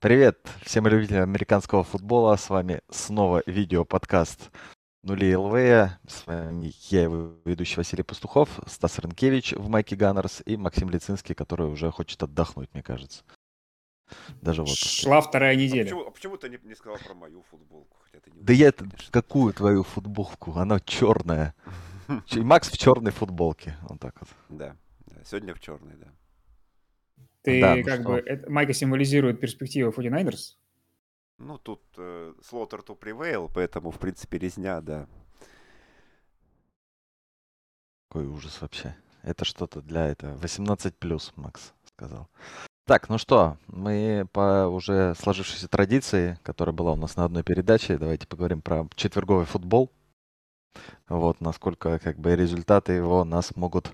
Привет всем любителям американского футбола. С вами снова видео-подкаст «Нули ЛВ». С вами я, его ведущий Василий Пастухов, Стас Рынкевич в майке Ганнерс и Максим Лицинский, который уже хочет отдохнуть, мне кажется. Даже в отпуске. Шла вторая неделя. Почему ты не сказал про мою футболку? Хотя ты не Да я конечно. какую твою футболку? Она черная. И Макс в черной футболке. Вот так вот. Да, сегодня в черный, да. Ты Да, ну как что? бы... Майка символизирует перспективы 49ers? Ну, тут Slaughter to Prevail, поэтому, в принципе, резня, да. Какой ужас вообще. Это что-то для этого. 18+, Макс сказал. Так, ну что, мы по уже сложившейся традиции, которая была у нас на одной передаче, давайте поговорим про четверговый футбол. Вот, насколько как бы результаты его нас могут...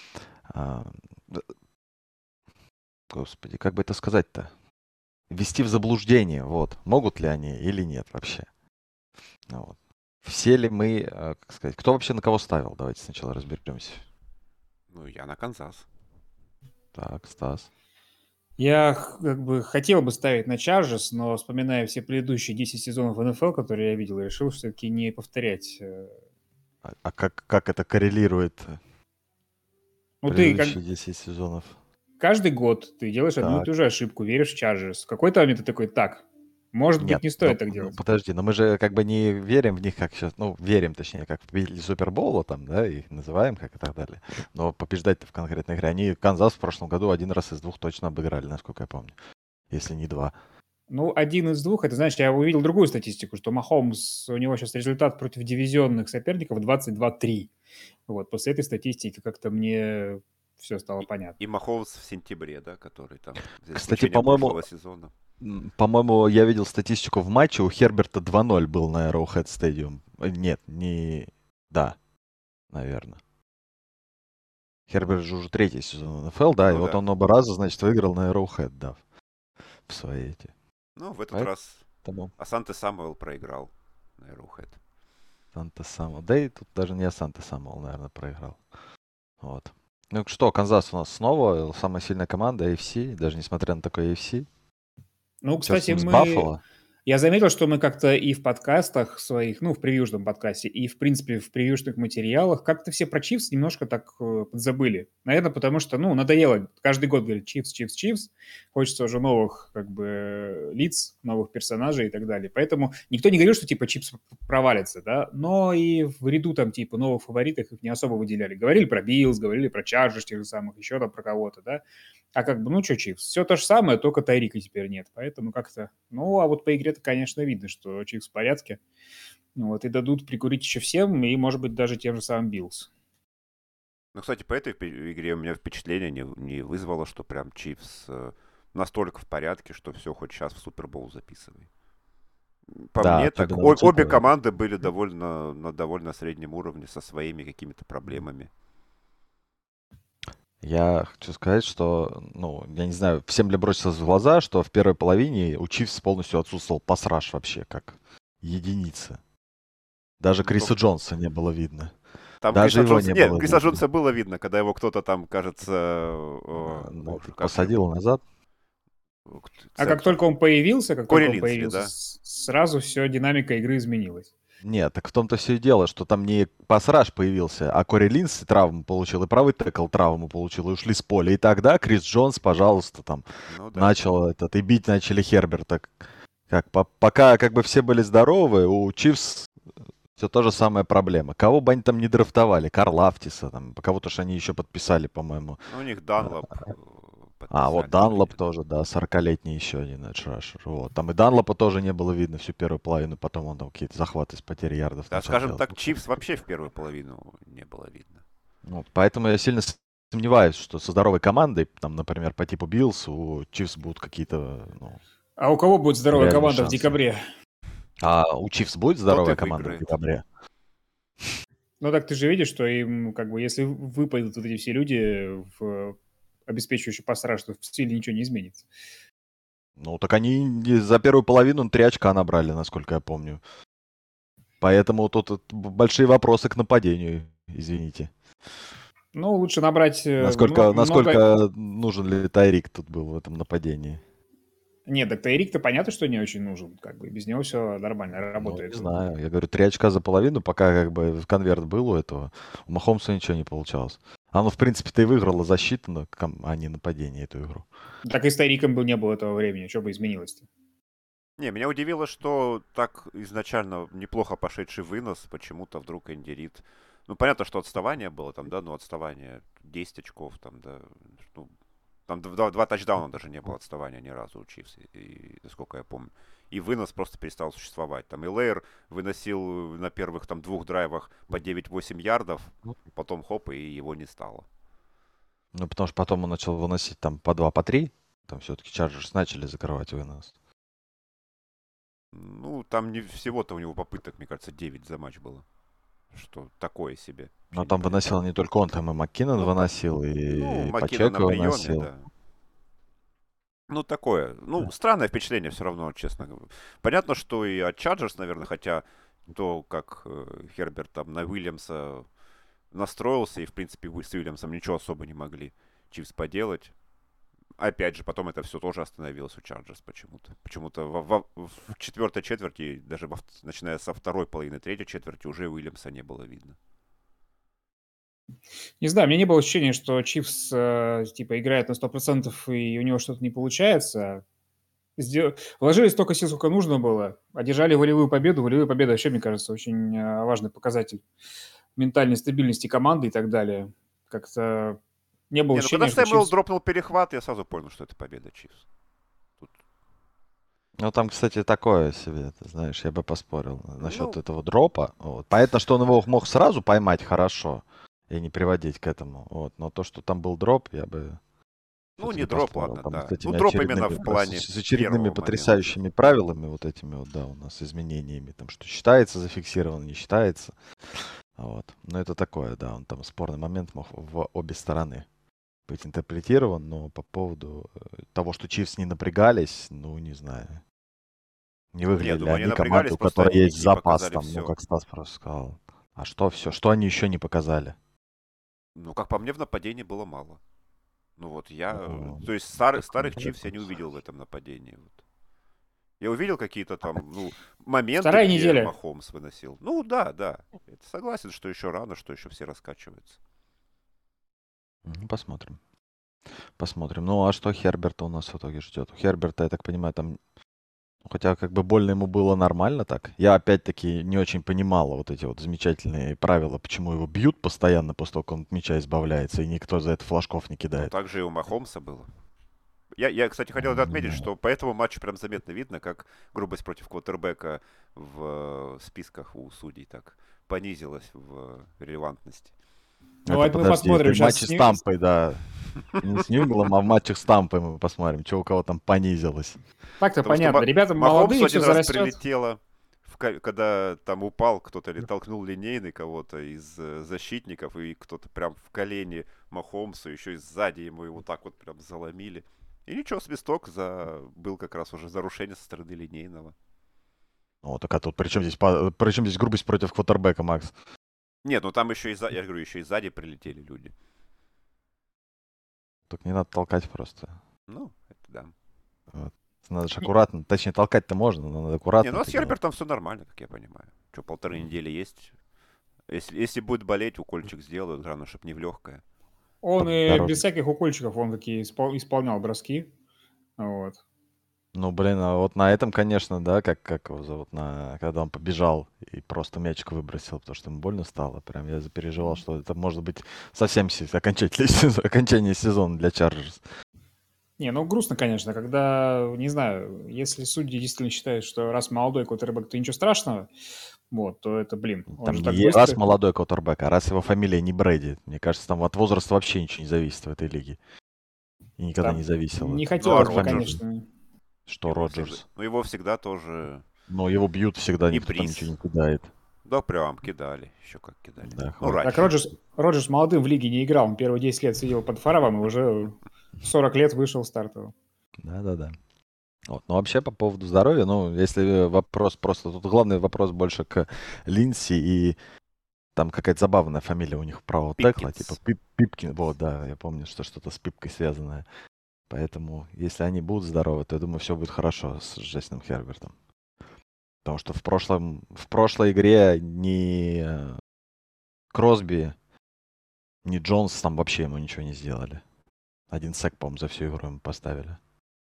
Господи, как бы это сказать-то? Ввести в заблуждение, вот. Могут ли они или нет вообще? Вот. Все ли мы, как сказать, кто вообще на кого ставил? Давайте сначала разберемся. Ну, я на Канзас. Так, Стас. Я как бы хотел бы ставить на Chargers, но вспоминая все предыдущие 10 сезонов НФЛ, которые я видел, решил все-таки не повторять. А как это коррелирует Ну, ты как предыдущие 10 сезонов? каждый год ты делаешь одну и Так. ту же ошибку, веришь в Chargers. В какой-то момент ты такой, так, может быть, Нет, не стоит так делать. подожди, но мы же как бы не верим в них, как сейчас, ну, верим, точнее, как в победители Супербоула, там, да, их называем, как и так далее. Но побеждать-то в конкретной игре. Они Канзас в прошлом году один раз из двух точно обыграли, насколько я помню. Если не два. Ну, один из двух, это, знаешь, я увидел другую статистику, что Махомс, у него сейчас результат против дивизионных соперников 22-3. Вот, после этой статистики как-то мне все стало понятно. И Махоус в сентябре, да, который там, за Кстати, исключением прошлого сезона. по-моему, я видел статистику в матче, у Херберта 2-0 был на Arrowhead Stadium. Нет, не... Да, наверное. Херберт же уже третий сезон НФЛ, да, Ну и вот да. он оба раза, значит, выиграл на Arrowhead, да, в свои эти. Ну, в этот Поэтому... раз Асанте Самуэл проиграл на Arrowhead. Санта Самуэл. Да и тут даже не Асанте Самуэл, наверное, проиграл. Вот. Ну что, Канзас у нас снова самая сильная команда AFC, даже несмотря на такой AFC. Ну, Чё с кстати, ним, с Баффало? я заметил, что мы как-то и в подкастах своих, ну, в превьюшном подкасте, и, в принципе, в превьюшных материалах как-то все про Чивс немножко так подзабыли. Наверное, потому что, ну, надоело. Каждый год говорить Чивс, Чивс, Чивс. Хочется уже новых, как бы, лиц, новых персонажей и так далее. Поэтому никто не говорил, что, типа, Чивс провалится, да, но и в ряду, там, типа, новых фаворитов их не особо выделяли. Говорили про Биллс, говорили про Чарджерс тех же самых, еще там про кого-то, да. А как бы, ну что, Чивс, все то же самое, только Тайрика теперь нет. Поэтому как-то... Ну, а вот по игре-то, конечно, видно, что Чивс в порядке. Вот, и дадут прикурить еще всем, и, может быть, даже тем же самым Биллс. Ну, кстати, по этой игре у меня впечатление не вызвало, что прям Чивс настолько в порядке, что все, хоть сейчас в Супербоул записывай. По Да, мне, так особенно обе учитывая. команды были на довольно среднем уровне со своими какими-то проблемами. Я хочу сказать, что, ну, я не знаю, всем ли бросилось в глаза, что в первой половине у Чивс полностью отсутствовал пас-раш вообще, как единица. Даже Криса Джонса не было видно. Там Даже его не было Криса видно. Джонса было видно, когда его кто-то там, кажется, Посадил назад. А как только он появился, Кори Линсли, да? сразу все, динамика игры изменилась. Нет, так в том-то все и дело, что там не пас-раш появился, а Кори Линси травму получил, и правый текл травму получил, и ушли с поля. И тогда Крис Джонс, пожалуйста, там начал и бить начали Херберта. Пока как бы все были здоровы, у Чивс все та же самая проблема. Кого бы они там не драфтовали, Карлафтиса, там, кого-то же они еще подписали, по-моему. Ну, у них Данлоп. Вот Данлоп тоже, да, 40-летний еще один эдж-рашер. Вот. Там и Данлопа тоже не было видно всю первую половину, потом он там какие-то захваты с потерей ярдов. Да, скажем так, Чивс вообще в первую половину не было видно. Вот, поэтому я сильно сомневаюсь, что со здоровой командой, там, например, по типу Биллс, у Чивс будут какие-то... Ну, а у кого будет здоровая команда шансы. в декабре? А у Чивс будет здоровая команда в декабре? Ну так ты же видишь, что им, как бы, если выпадут вот эти все люди в обеспечивающий пас-раш, что в стиле ничего не изменится. Ну, так они за первую половину 3 очка набрали, насколько я помню. Поэтому тут большие вопросы к нападению, извините. Ну, лучше набрать Насколько нужен ли Тайрик тут был в этом нападении? Нет, так Тайрик-то понятно, что не очень нужен. Как бы без него все нормально Ну, работает. не знаю. Я говорю, 3 очка за половину, пока как бы конверт был у этого. У Махомса ничего не получалось. Оно, в принципе-то, и выиграло защиту, а не нападение эту игру. Так и с Тайриком не было этого времени. Что бы изменилось-то? Не, меня удивило, что так изначально неплохо пошедший вынос, почему-то вдруг Энди Рид... Ну, понятно, что отставание было там, да, но отставание 10 очков там, да. Ну, там два тачдауна даже не было отставания ни разу у Чифс, и, насколько я помню. И вынос просто перестал существовать. Там и Лейер выносил на первых там 2 драйвах по 9-8 ярдов, потом хоп, и его не стало. Ну, потому что потом он начал выносить там по 2, по 3. Там все-таки Чарджерс начали закрывать вынос. Ну, там не всего-то у него попыток, мне кажется, 9 за матч было. Что такое себе. Но Вообще там непонятно. выносил не только он, там и Маккинон Ну, выносил, Ну, и Маккинон на Пачеко приеме, выносил. да. Ну, такое. Ну, странное впечатление все равно, честно говоря. Понятно, что и от Чарджерс, наверное, хотя то, как Херберт там на Уильямса настроился, и, в принципе, с Уильямсом ничего особо не могли Чивс поделать. Опять же, потом это все тоже остановилось у Чарджерс почему-то. Почему-то в четвертой четверти, даже начиная со второй половины третьей четверти, уже Уильямса не было видно. Не знаю, у меня не было ощущения, что Чифс типа играет на 100% и у него что-то не получается. Вложили столько сил, сколько нужно было, одержали волевую победу. Волевая победа вообще, мне кажется, очень важный показатель ментальной стабильности команды и так далее. Как-то не было Не, ну когда ощущения, что Сэмюэл Чифс... дропнул перехват, я сразу понял, что это победа Чивс. Ну, там, кстати, такое себе, ты знаешь, я бы поспорил насчет Ну, этого дропа. Вот. Понятно, что он его мог сразу поймать хорошо и не приводить к этому. Вот. Но то, что там был дроп, я бы ну все-таки не дроп, поспорил. ладно, Там да. с Ну, этими дроп именно в плане с очередными первого момента. потрясающими правилами, вот этими вот, да, у нас изменениями, там, что считается зафиксировано, не считается. Вот. Но это такое, да, он там спорный момент мог в обе стороны быть интерпретирован, но по поводу того, что Чивс не напрягались, ну, не знаю. Не Не, выглядели думаю, они они командой, напрягались, у просто которой они есть не запас, показали там, ну, все. как Стас просто сказал. А что все? Что они еще не показали? Ну, как по мне, в нападении было мало. Ну вот я... Ну, То есть как старых мне Чивс я не кажется. увидел в этом нападении. Вот. Я увидел какие-то там, ну, моменты, Вторая где неделя. Махомс выносил. Ну, да, да. Это согласен, что еще рано, что еще все раскачиваются. Ну, посмотрим. Посмотрим. Ну, а что Херберта у нас в итоге ждет? У Херберта, я так понимаю, там... Хотя как бы больно ему было нормально так. Я опять-таки не очень понимала вот эти вот замечательные правила, почему его бьют постоянно после того, как он от мяча избавляется, и никто за это флажков не Ну, кидает. так же и у Махомса было. Я, кстати, хотел Не отметить, знаю. что по этому матчу прям заметно видно, как грубость против квотербека в списках у судей так понизилась в релевантности. Ну, Это это мы подожди, это посмотрим в сейчас. матче с Тампой, да. Не с Ньюинглом, а в матчах с Тампой мы посмотрим, что у кого там понизилось. Так-то Потому что понятно. Ребята Махомсу молодые, все один раз зарастет. прилетело, когда там упал кто-то или толкнул линейный кого-то из защитников, и кто-то прям в колени Махомсу, еще и сзади ему его так вот прям заломили. И ничего, свисток был как раз уже нарушение со стороны линейного. Ну, так а тут при чем здесь грубость против квотербека, Макс? Нет, ну там еще я говорю, еще и сзади прилетели люди. Так не надо толкать просто. Ну, это да. Вот. Надо же аккуратно. Точнее, толкать-то можно, но надо аккуратно. Не, ну а с это делать. Хербертом все нормально, как я понимаю. Что, 1,5 недели есть? Если будет болеть, укольчик сделают, главное, чтобы не в легкое. Он и Подорожник. без всяких укольчиков, он такие исполнял броски. Вот. Ну, блин, а вот на этом, конечно, да, как его зовут, когда он побежал и просто мячик выбросил, потому что ему больно стало. Прям я запереживал, что это может быть совсем окончание сезона для Чарджерс. Не, ну грустно, конечно, когда, не знаю, если судьи действительно считают, что раз молодой квотербек, то ничего страшного, вот, то это, блин, он Там же так не быстро... раз молодой квотербек, а раз его фамилия не Брэди. Мне кажется, там от возраста вообще ничего не зависит в этой лиге. И никогда Там не зависело. не Это хотелось бы, Роджерс. конечно. Что Роджерс? Ну, его всегда тоже... Ну, его бьют всегда, И никто там Бриз. ничего не кидает. Да, прям кидали. Еще как кидали. Да, Ну, хватит. Так раньше. Роджерс молодым в лиге не играл, он первые 10 лет сидел под Фаровым и уже в 40 лет вышел стартовым. Да. Вот. Но вообще по поводу здоровья, ну, если вопрос просто... Тут главный вопрос больше к Линси, и там какая-то забавная фамилия у них правого текла, типа Пипкинс. Пипкин. Вот, да, я помню, что что-то с Пипкой связанное. Поэтому, если они будут здоровы, то я думаю, все будет хорошо с Джастином Хербертом. Потому что в прошлой игре ни Кросби, ни Джонс там вообще ему ничего не сделали. 1 сэк, по-моему, за всю игру ему поставили.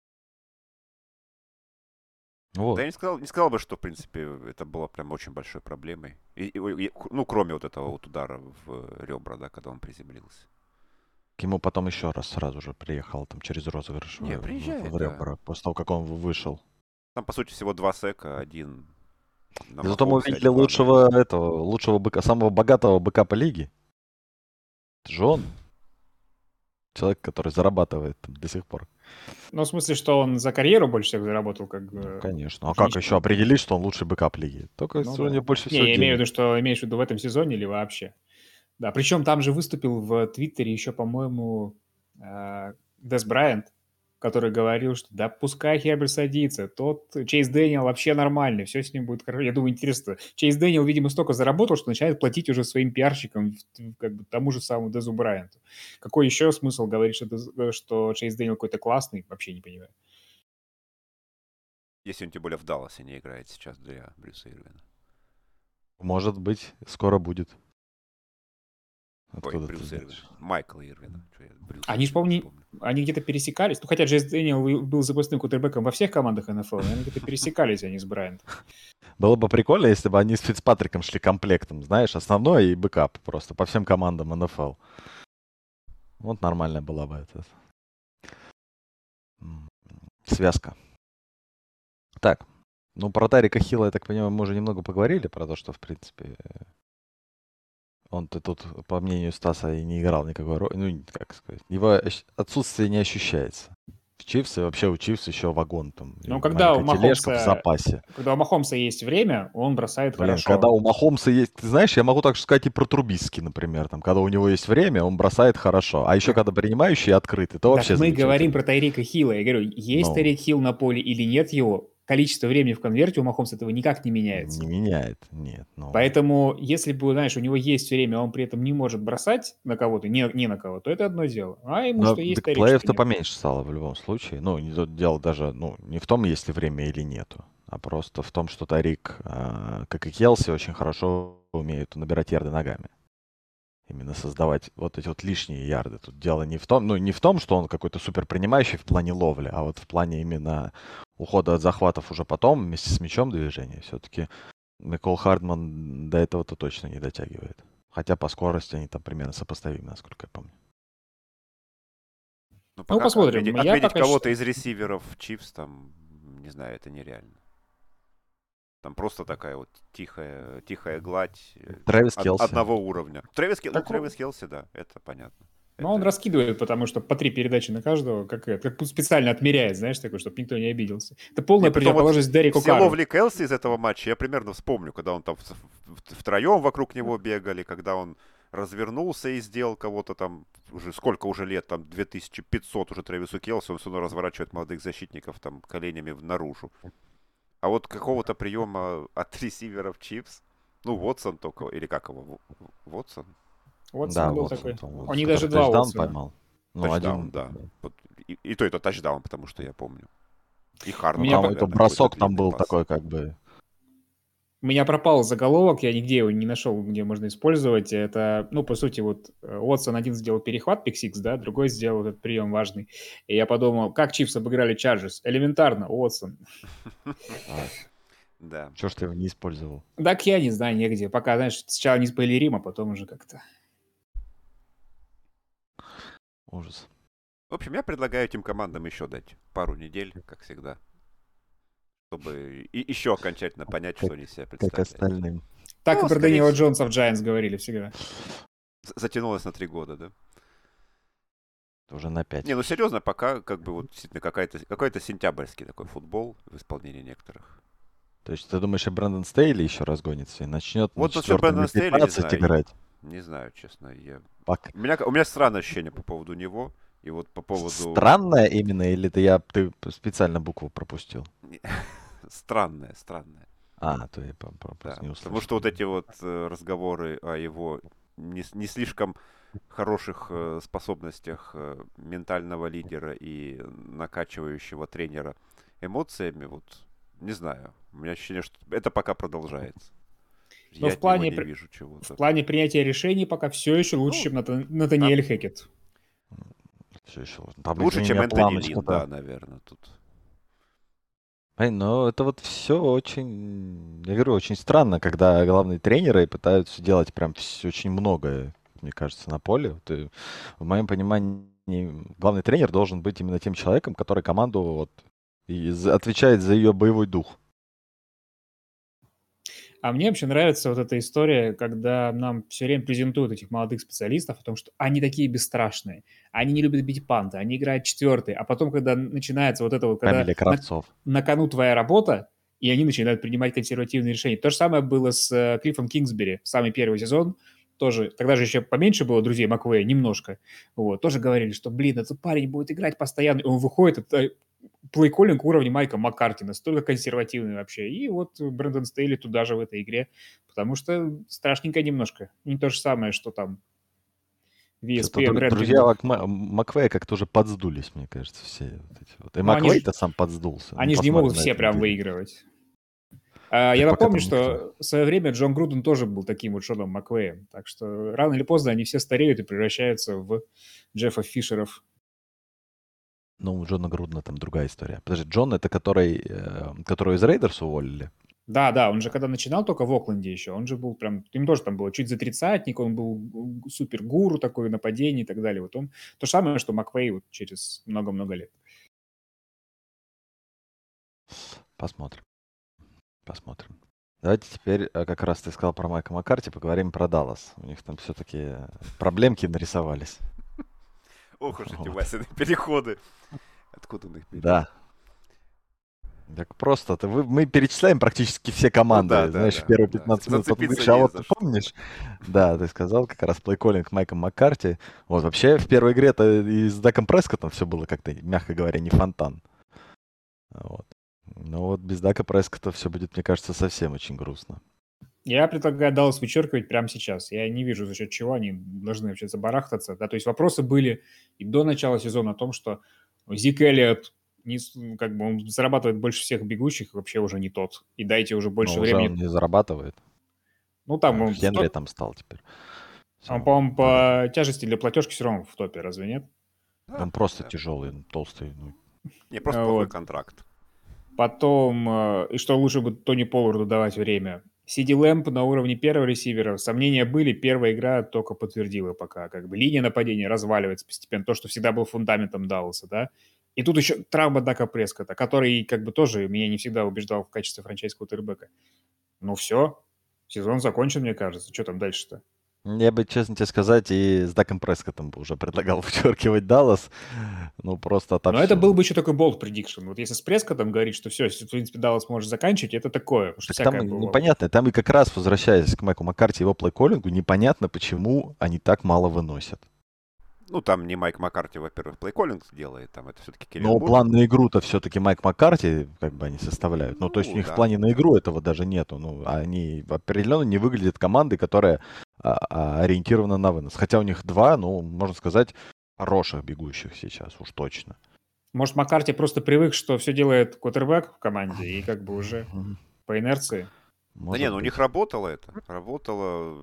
Вот. Да я не сказал бы, что, в принципе, это было прям очень большой проблемой. Ну, кроме вот этого вот удара в ребра, да, когда он приземлился. К ему потом еще раз сразу же приехал там через розыгрыш Не, приезжает, в ребра, после того, как он вышел. Там, по сути, всего 2 сэка, один на И зато мы Махомса, увидели один главный. лучшего быка, самого богатого быка по лиге. Это же он. Человек, который зарабатывает там до сих пор. Ну, в смысле, что он за карьеру больше всех заработал, как Ну, конечно. А как единичный. еще определить, что он лучший бэкап лиги? Только Ну если у да. него больше Не, всего я имею в денег. виду, что имеешь в виду в этом сезоне или вообще. Да, причем там же выступил в Твиттере еще, по-моему, Дес Брайант, который говорил, что да пускай Херберт садится, тот Чейз Дэниел вообще нормальный, все с ним будет хорошо. Я думаю, интересно, Чейз Дэниел, видимо, столько заработал, что начинает платить уже своим пиарщикам, как бы тому же самому Дезу Брайанту. Какой еще смысл говорить, что Чейз Дэниел какой-то классный, вообще не понимаю. Если он тем более в Далласе не играет сейчас для Брюса Ирвина. Может быть, скоро будет. Ой, Откуда ты Брюс Ирвин. знаешь? Майкла Ирвина. Что я Брюса Они же, Ирвина помню, вспомнил. они где-то пересекались. Ну, хотя Чейз Дэниел был запасным кутербэком во всех командах НФЛ, наверное, где-то пересекались они с Брайантом. Было бы прикольно, если бы они с Фицпатриком шли комплектом, знаешь, основной и бэкап просто по всем командам НФЛ. Вот нормальная была бы эта связка. Так, ну про Тарика Хилла, я так понимаю, мы уже немного поговорили, про то, что, в принципе, он-то тут, по мнению Стаса, и не играл никакой роли. Ну, как сказать, его отсутствие не ощущается. В Чивсе вообще у Чивс еще вагон там. Но И когда у маленькая тележка в Махомса, запасе. когда у Махомса есть время, он бросает Блин, хорошо. когда у Махомса есть... Ты знаешь, я могу так же сказать и про Трубиски, например. Там, когда у него есть время, он бросает хорошо. А еще когда принимающие открыты, то вообще Так мы говорим замечательно. про Тайрика Хилла. Я говорю, есть Ну, Тайрик Хилл на поле или нет его, количество времени в конверте у Махомса этого никак не меняется. не меняет, нет. Ну, Поэтому, если бы, знаешь, у него есть время, а он при этом не может бросать на кого-то, не на кого, то это одно дело. А ему но что есть, так Тайрик, что плеев-то нет. поменьше стало в любом случае. Ну, дело даже, ну, не в том, есть ли время или нету, а просто в том, что Тарик, как и Келси, очень хорошо умеет набирать ярды ногами. Именно создавать вот эти вот лишние ярды. Тут дело не в том, ну, не в том, что он какой-то супер принимающий в плане ловли, а вот в плане именно ухода от захватов уже потом, вместе с мячом движения. Все-таки Микол Хардман до этого-то точно не дотягивает. Хотя по скорости они там примерно сопоставимы, насколько я помню. Ну, Ну, пока посмотрим. Я отметить пока кого-то считаю. из ресиверов Чивс, там, не знаю, это нереально. Там просто такая вот тихая гладь Трэвис Келси. одного уровня. Трэвис Келси, да, это понятно. Ну, он Это- раскидывает, потому что по 3 передачи на каждого, как будто специально отмеряет, знаешь, такой, чтобы никто не обиделся. Это полная Не, притом вот противоположность Дереку все Карру. ловли Келси из этого матча я примерно вспомню, когда он там втроем вокруг него бегали, когда он развернулся и сделал кого-то там, уже сколько уже лет, там 2500 уже Трэвису Келси, он все равно разворачивает молодых защитников там коленями наружу. А вот какого-то приема от ресиверов Чипс, ну, Уотсон только, или как его, Уотсон? Уотсон был Уотсон, такой. по-моему, У них который даже два тачдаун Уотсона. поймал. Ну, Тачдаун, один. да. Вот, и то это тачдаун, потому что я помню. И У Хардман, меня Там наверное, это бросок какой-то там длинный был пас. такой, как бы. У меня пропал заголовок, я нигде его не нашел, где можно использовать. Это, ну, по сути, вот Уотсон один сделал перехват пик-сикс, да, другой сделал этот прием важный. И я подумал, как Чифс обыграли Чарджерс? Элементарно, Уотсон. Да. Ну, Чё ж ты его не использовал? Так я не знаю негде. Пока, знаешь, сначала не спойлерим, а потом уже как-то. Ужас. В общем, я предлагаю этим командам еще дать пару недель, как всегда, чтобы еще окончательно понять, что они из себя Как представляют. остальным. Так Ну, и про скорее Дэниела всего. Джонса в Giants говорили всегда. Затянулось на 3 года, да? Уже на 5. Не, ну серьезно, пока как бы вот действительно какой-то сентябрьский такой футбол в исполнении некоторых. То есть ты думаешь, и Брэндон Стейли еще разгонится и начнет Вот на насчет 4-м Брэндона и Стейли, не 15 знаю. играть? Не знаю, честно. Пак. У меня странное ощущение по поводу него. И вот по поводу... Странное именно, или ты специально букву пропустил? Странное. То я просто Да, не услышал. потому что вот эти вот разговоры о его не слишком хороших способностях ментального лидера и накачивающего тренера эмоциями, вот, не знаю. У меня ощущение, что это пока продолжается. Но Я от него не вижу в чего-то. плане принятия решений пока все еще лучше, Ну, чем Натаниэль Хекет. Все еще. Там, лучше, извини чем меня, Энтони Лин, планочка-то. да, наверное, тут. Ну, это вот все очень, я говорю, очень странно, когда главные тренеры пытаются делать прям очень многое, мне кажется, на поле. Вот, и в моем понимании, главный тренер должен быть именно тем человеком, который команду вот отвечает за ее боевой дух. А мне вообще нравится вот эта история, когда нам все время презентуют этих молодых специалистов о том, что они такие бесстрашные, они не любят бить панты, они играют четвертый, а потом, когда начинается вот это вот, когда Фамилия Кравцов. на кону твоя работа, и они начинают принимать консервативные решения. То же самое было с Клиффом Кингсбери в самый первый сезон. Тоже, тогда же еще поменьше было друзей Маквея, немножко. Вот, тоже говорили, что, блин, этот парень будет играть постоянно. И он выходит, это плей-коллинг уровня Майка Маккарти, настолько консервативный вообще. И вот Брэндон Стейли туда же в этой игре, потому что страшненько немножко. Не то же самое, что там в Что-то ESPN друзья рэнкингах. Маквея как-то уже подсдулись, мне кажется, все вот эти вот. И Но Маквей-то сам подсдулся. Ну, они же не могут посмотрим на все этой прям неделе. выигрывать. Так Я пока напомню, там никто. что в свое время Джон Груден тоже был таким вот Шоном Маквеем. Так что рано или поздно они все стареют и превращаются в Джеффа Фишеров. Ну, у Джона Грудна там другая история. Подожди, Джон это которого из Рейдерс уволили? Да, он же когда начинал только в Окленде еще, он же был прям, им тоже там было чуть за тридцатник, он был супер гуру такой, нападений и так далее. Вот он то же самое, что Маквей вот через много-много лет. Посмотрим. Посмотрим. Давайте теперь, как раз ты сказал про Майка Маккарти, поговорим про Даллас. У них там все-таки проблемки нарисовались. Ох уж эти Вот. Васины переходы. Откуда он их берет? Да. Так просто. Мы перечисляем практически все команды, Ну да, знаешь, в да, первые да. 15 минут. Потом Зацепиться говоришь, а не вот за ты что. помнишь? Да, ты сказал как раз плей-коллинг Майка Маккарти. Вот вообще в первой игре-то и с Даком Прескоттом все было как-то, мягко говоря, не фонтан. Вот. Но вот без Дака Прескотта все будет, мне кажется, совсем очень грустно. Я предлагаю Даллас вычеркивать прямо сейчас. Я не вижу, за счет чего они должны вообще забарахтаться. Да, то есть вопросы были и до начала сезона о том, что Зик Эллиott как бы он зарабатывает больше всех бегущих, вообще уже не тот. И дайте уже больше Но уже он времени. не зарабатывает. Ну, там он в Хенри топ, там стал теперь. он, Самым по-моему, богатым. по тяжести для платежки все равно в топе, разве нет? Да, Он просто да. тяжелый, толстый. Ну, Не, просто плохой Вот. контракт. Потом, и что лучше бы Тони Полларду давать время. Сиди Лэмп на уровне первого ресивера. Сомнения были, первая игра только подтвердила пока. Как бы линия нападения разваливается постепенно. То, что всегда был фундаментом Далласа, да. И тут еще травма Дака Прескотта, который как бы тоже меня не всегда убеждал в качестве франчайз квотербека. Ну все, сезон закончен, мне кажется. Что там дальше-то? я бы, честно тебе сказать, и с Даком Прескоттом бы уже предлагал вычеркивать Даллас. Ну, просто Но это был отовсюду. бы еще такой болт prediction. Вот если с Прескоттом говорить, что все, в принципе, Даллас может заканчивать, это такое, потому что Так там всякое и бывало. непонятно. Там и как раз, возвращаясь к Майку Маккарти и его плей-коллингу, непонятно, почему они так мало выносят. Ну, там не Майк Маккарти, во-первых, плей-коллинг делает, там это все-таки Киллин Но Мур. план на игру-то все-таки Майк Маккарти, как бы они составляют. Ну, то есть у Ну, них в да. плане на игру этого даже нету. Ну, они определенно не выглядят командой, которая ориентирована на вынос. Хотя у них два, ну, можно сказать, хороших бегущих сейчас, уж точно. Может, Маккарти просто привык, что все делает квотербек в команде, и как бы уже по инерции. Да не, Может ну у них быть. работало это. Работало,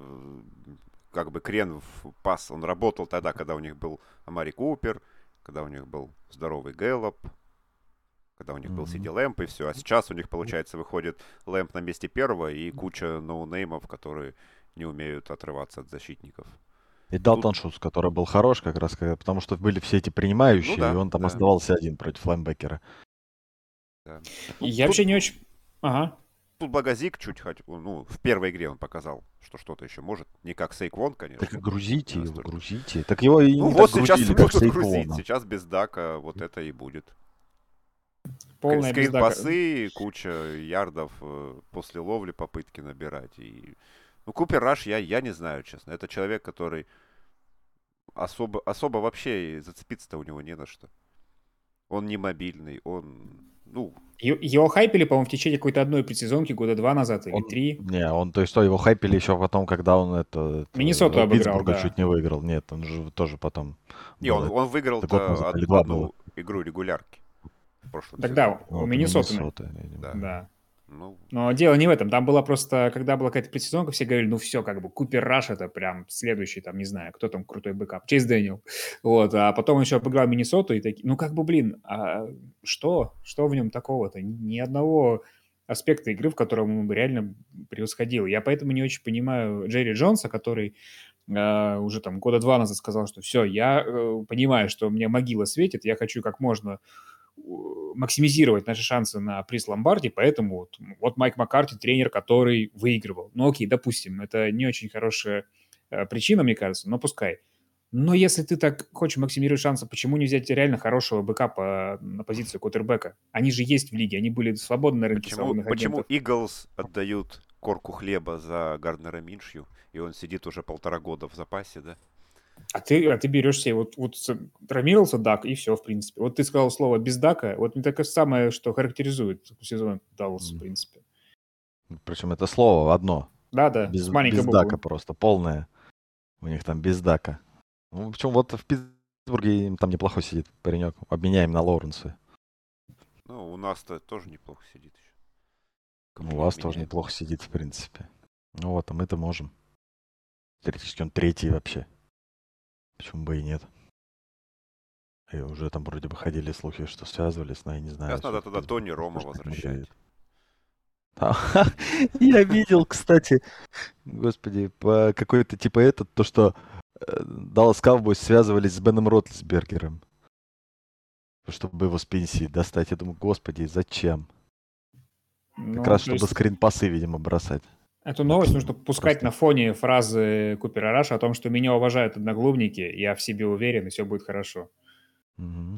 как бы крен в пас. Он работал тогда, когда у них был Амари Купер, когда у них был здоровый Гэллоп, когда у них был Сиди Лэмп и все. А сейчас у них, получается, выходит Лэмп на месте первого и куча ноунеймов, которые не умеют отрываться от защитников. И Далтон Шутс, который был хорош как раз, потому что были все эти принимающие, Ну да, и он там да. оставался один против лайнбекера. Да. Я вообще не очень... Ага. Тут Благозик чуть ну, в первой игре он показал, что что-то еще может. Не как Сейквон, конечно. Так грузите его, настолько. грузите. Так его и Ну не вот так сейчас грузили, как будут грузить. Сейквона. Сейчас без Дака вот это и будет. Полная бездака. Скрин-пасы, куча ярдов после ловли попытки набирать. И... Ну, Купер Раш, я не знаю, честно. Это человек, который особо вообще зацепиться-то у него не на что. Он не мобильный, он, ну... Его хайпели, по-моему, в течение какой-то одной предсезонки года 2 назад или 3. То есть что, его хайпели еще потом, когда он Миннесоту у обыграл, Питтсбурга да. чуть не выиграл. Нет, он же тоже потом Не, был. он выиграл Это год назад или два было. одну игру регулярки в прошлом Тогда сезоне. у Миннесоты. Да. Да. Ну, Но дело не в этом. Там была просто, когда была какая-то предсезонка, все говорили, ну все, как бы Купер Раш это прям следующий, там, не знаю, кто там крутой бэкап, Чейз Дэниел. Вот, а потом он еще обыграл Миннесоту и такие, ну как бы, блин, а что в нем такого-то? Ни одного аспекта игры, в котором он бы реально превосходил. Я поэтому не очень понимаю Джерри Джонса, который уже там года 2 назад сказал, что все, я понимаю, что мне могила светит, я хочу как можно максимизировать наши шансы на приз Ломбарди, поэтому вот Майк Маккарти тренер, который выигрывал. Ну окей, допустим, это не очень хорошая причина, мне кажется, но пускай. Но если ты так хочешь максимизировать шансы, почему не взять реально хорошего бэкапа на позицию квотербека? Они же есть в лиге, они были свободны на рынке свободных почему агентов. Иглс отдают корку хлеба за Гарднера Миншью, и он сидит уже 1,5 года в запасе, да? А ты берешь себе, вот травмировался Дак, и все, в принципе. Вот ты сказал слово без Дака, вот мне такое самое, что характеризует сезон Даллас, в принципе. Причем это слово одно. Да, Без с маленькой Дака буквы. просто, полное. У них там без Дака. Ну, причем вот в Питтсбурге им там неплохо сидит паренек. Обменяем на Лоуренса. Ну, у нас-то тоже неплохо сидит еще. У вас тоже неплохо сидит, в принципе. Ну вот, а мы-то можем. Теоретически он третий вообще. Почему бы и нет? И уже там вроде бы ходили слухи, что связывались, но я не знаю. Сейчас надо туда Тони Рома возвращать. Я видел, кстати, господи, по какой-то типа то, что Даллас Cowboys связывались с Беном Ротлсбергером, чтобы его с пенсии достать. Я думаю, господи, зачем? Как раз, чтобы скринпасы, видимо, бросать. Эту новость нужно пускать на фоне фразы Купера Раша о том, что меня уважают одноклубники, я в себе уверен, и все будет хорошо. Ну,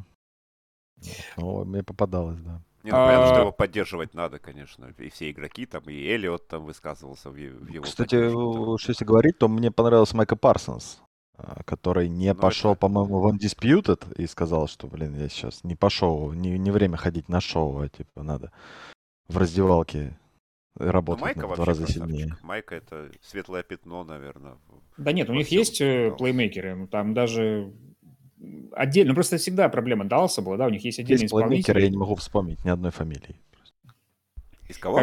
мне попадалось, да. Не, ну понятно, что его поддерживать надо, конечно. И все игроки там, и Эллиот там высказывался в его Кстати, уж если говорить, то мне понравился Майка Парсонс, который не пошел, по-моему, в Undisputed и сказал, что, блин, я сейчас не пошел, не время ходить на шоу, а типа надо в раздевалке работать в 2 раза сильнее. Майка — это светлое пятно, наверное. Да нет, у них есть плеймейкеры, там даже отдельно, просто всегда проблема Далласа была, да, у них есть отдельные исполнители. Я не могу вспомнить ни одной фамилии. Из кого?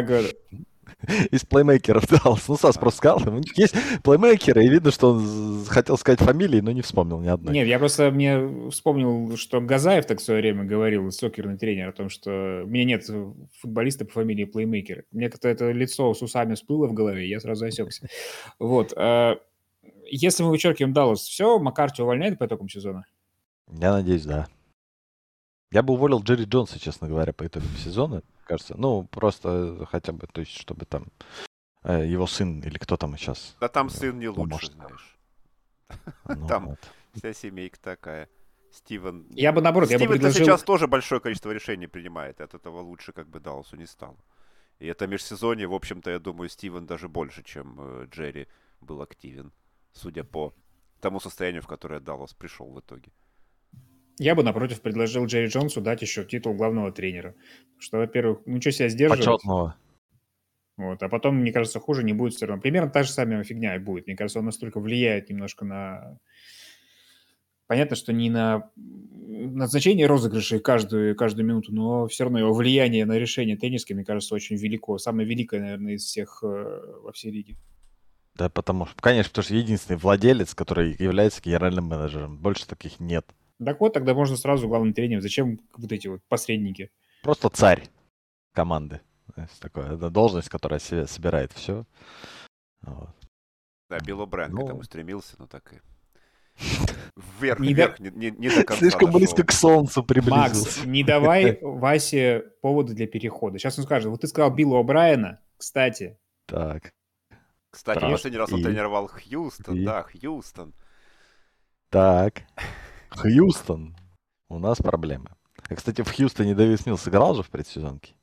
Из плеймейкеров Даллас. Ну, Сас просто сказал, у них есть плеймейкеры, и видно, что он хотел сказать фамилии, но не вспомнил ни одной. Нет, я просто мне вспомнил, что Газаев так в свое время говорил, сокерный тренер, о том, что у меня нет футболиста по фамилии плеймейкер. Мне как-то это лицо с усами всплыло в голове, я сразу осекся. Вот. Если мы вычеркиваем Даллас, все, Маккарти увольняет по итогам сезона? Я надеюсь, да. Я бы уволил Джерри Джонса, честно говоря, по итогам сезона, кажется. Ну, просто хотя бы, то есть, чтобы там его сын или кто там сейчас. Да там сын не лучше, знаешь. Ну, там вот. вся семейка такая. Стивен... Я бы, наоборот, я бы предложил... сейчас тоже большое количество решений принимает, и от этого лучше как бы Далласу не стало. И это межсезонье, в общем-то, я думаю, Стивен даже больше, чем Джерри был активен, судя по тому состоянию, в которое Даллас пришел в итоге. Я бы, напротив, предложил Джерри Джонсу дать еще титул главного тренера. Что, во-первых, ну что себя сдерживать. Почетного. Вот, а потом, мне кажется, хуже не будет все равно. Примерно та же самая фигня и будет. Мне кажется, он настолько влияет немножко на... Понятно, что не на назначение розыгрышей каждую минуту, но все равно его влияние на решение тренерское, мне кажется, очень велико. Самое великое, наверное, из всех во всей лиге. Да, потому что единственный владелец, который является генеральным менеджером. Больше таких нет. Так вот, тогда можно сразу главным тренером. Зачем вот эти вот посредники? Просто царь команды. Такая должность, которая себе собирает все. Вот. Да, Билл О'Брайен к этому стремился, но так и вверх, не до конца Слишком близко к солнцу приблизился. Макс, не давай Васе поводы для перехода. Сейчас он скажет, вот ты сказал Билла О'Брайена, кстати. Так. Кстати, последний раз он тренировал Хьюстон, да, Хьюстон. Так. Хьюстон. У нас проблемы. Кстати, в Хьюстоне Дэвис Милс сыграл же в предсезонке?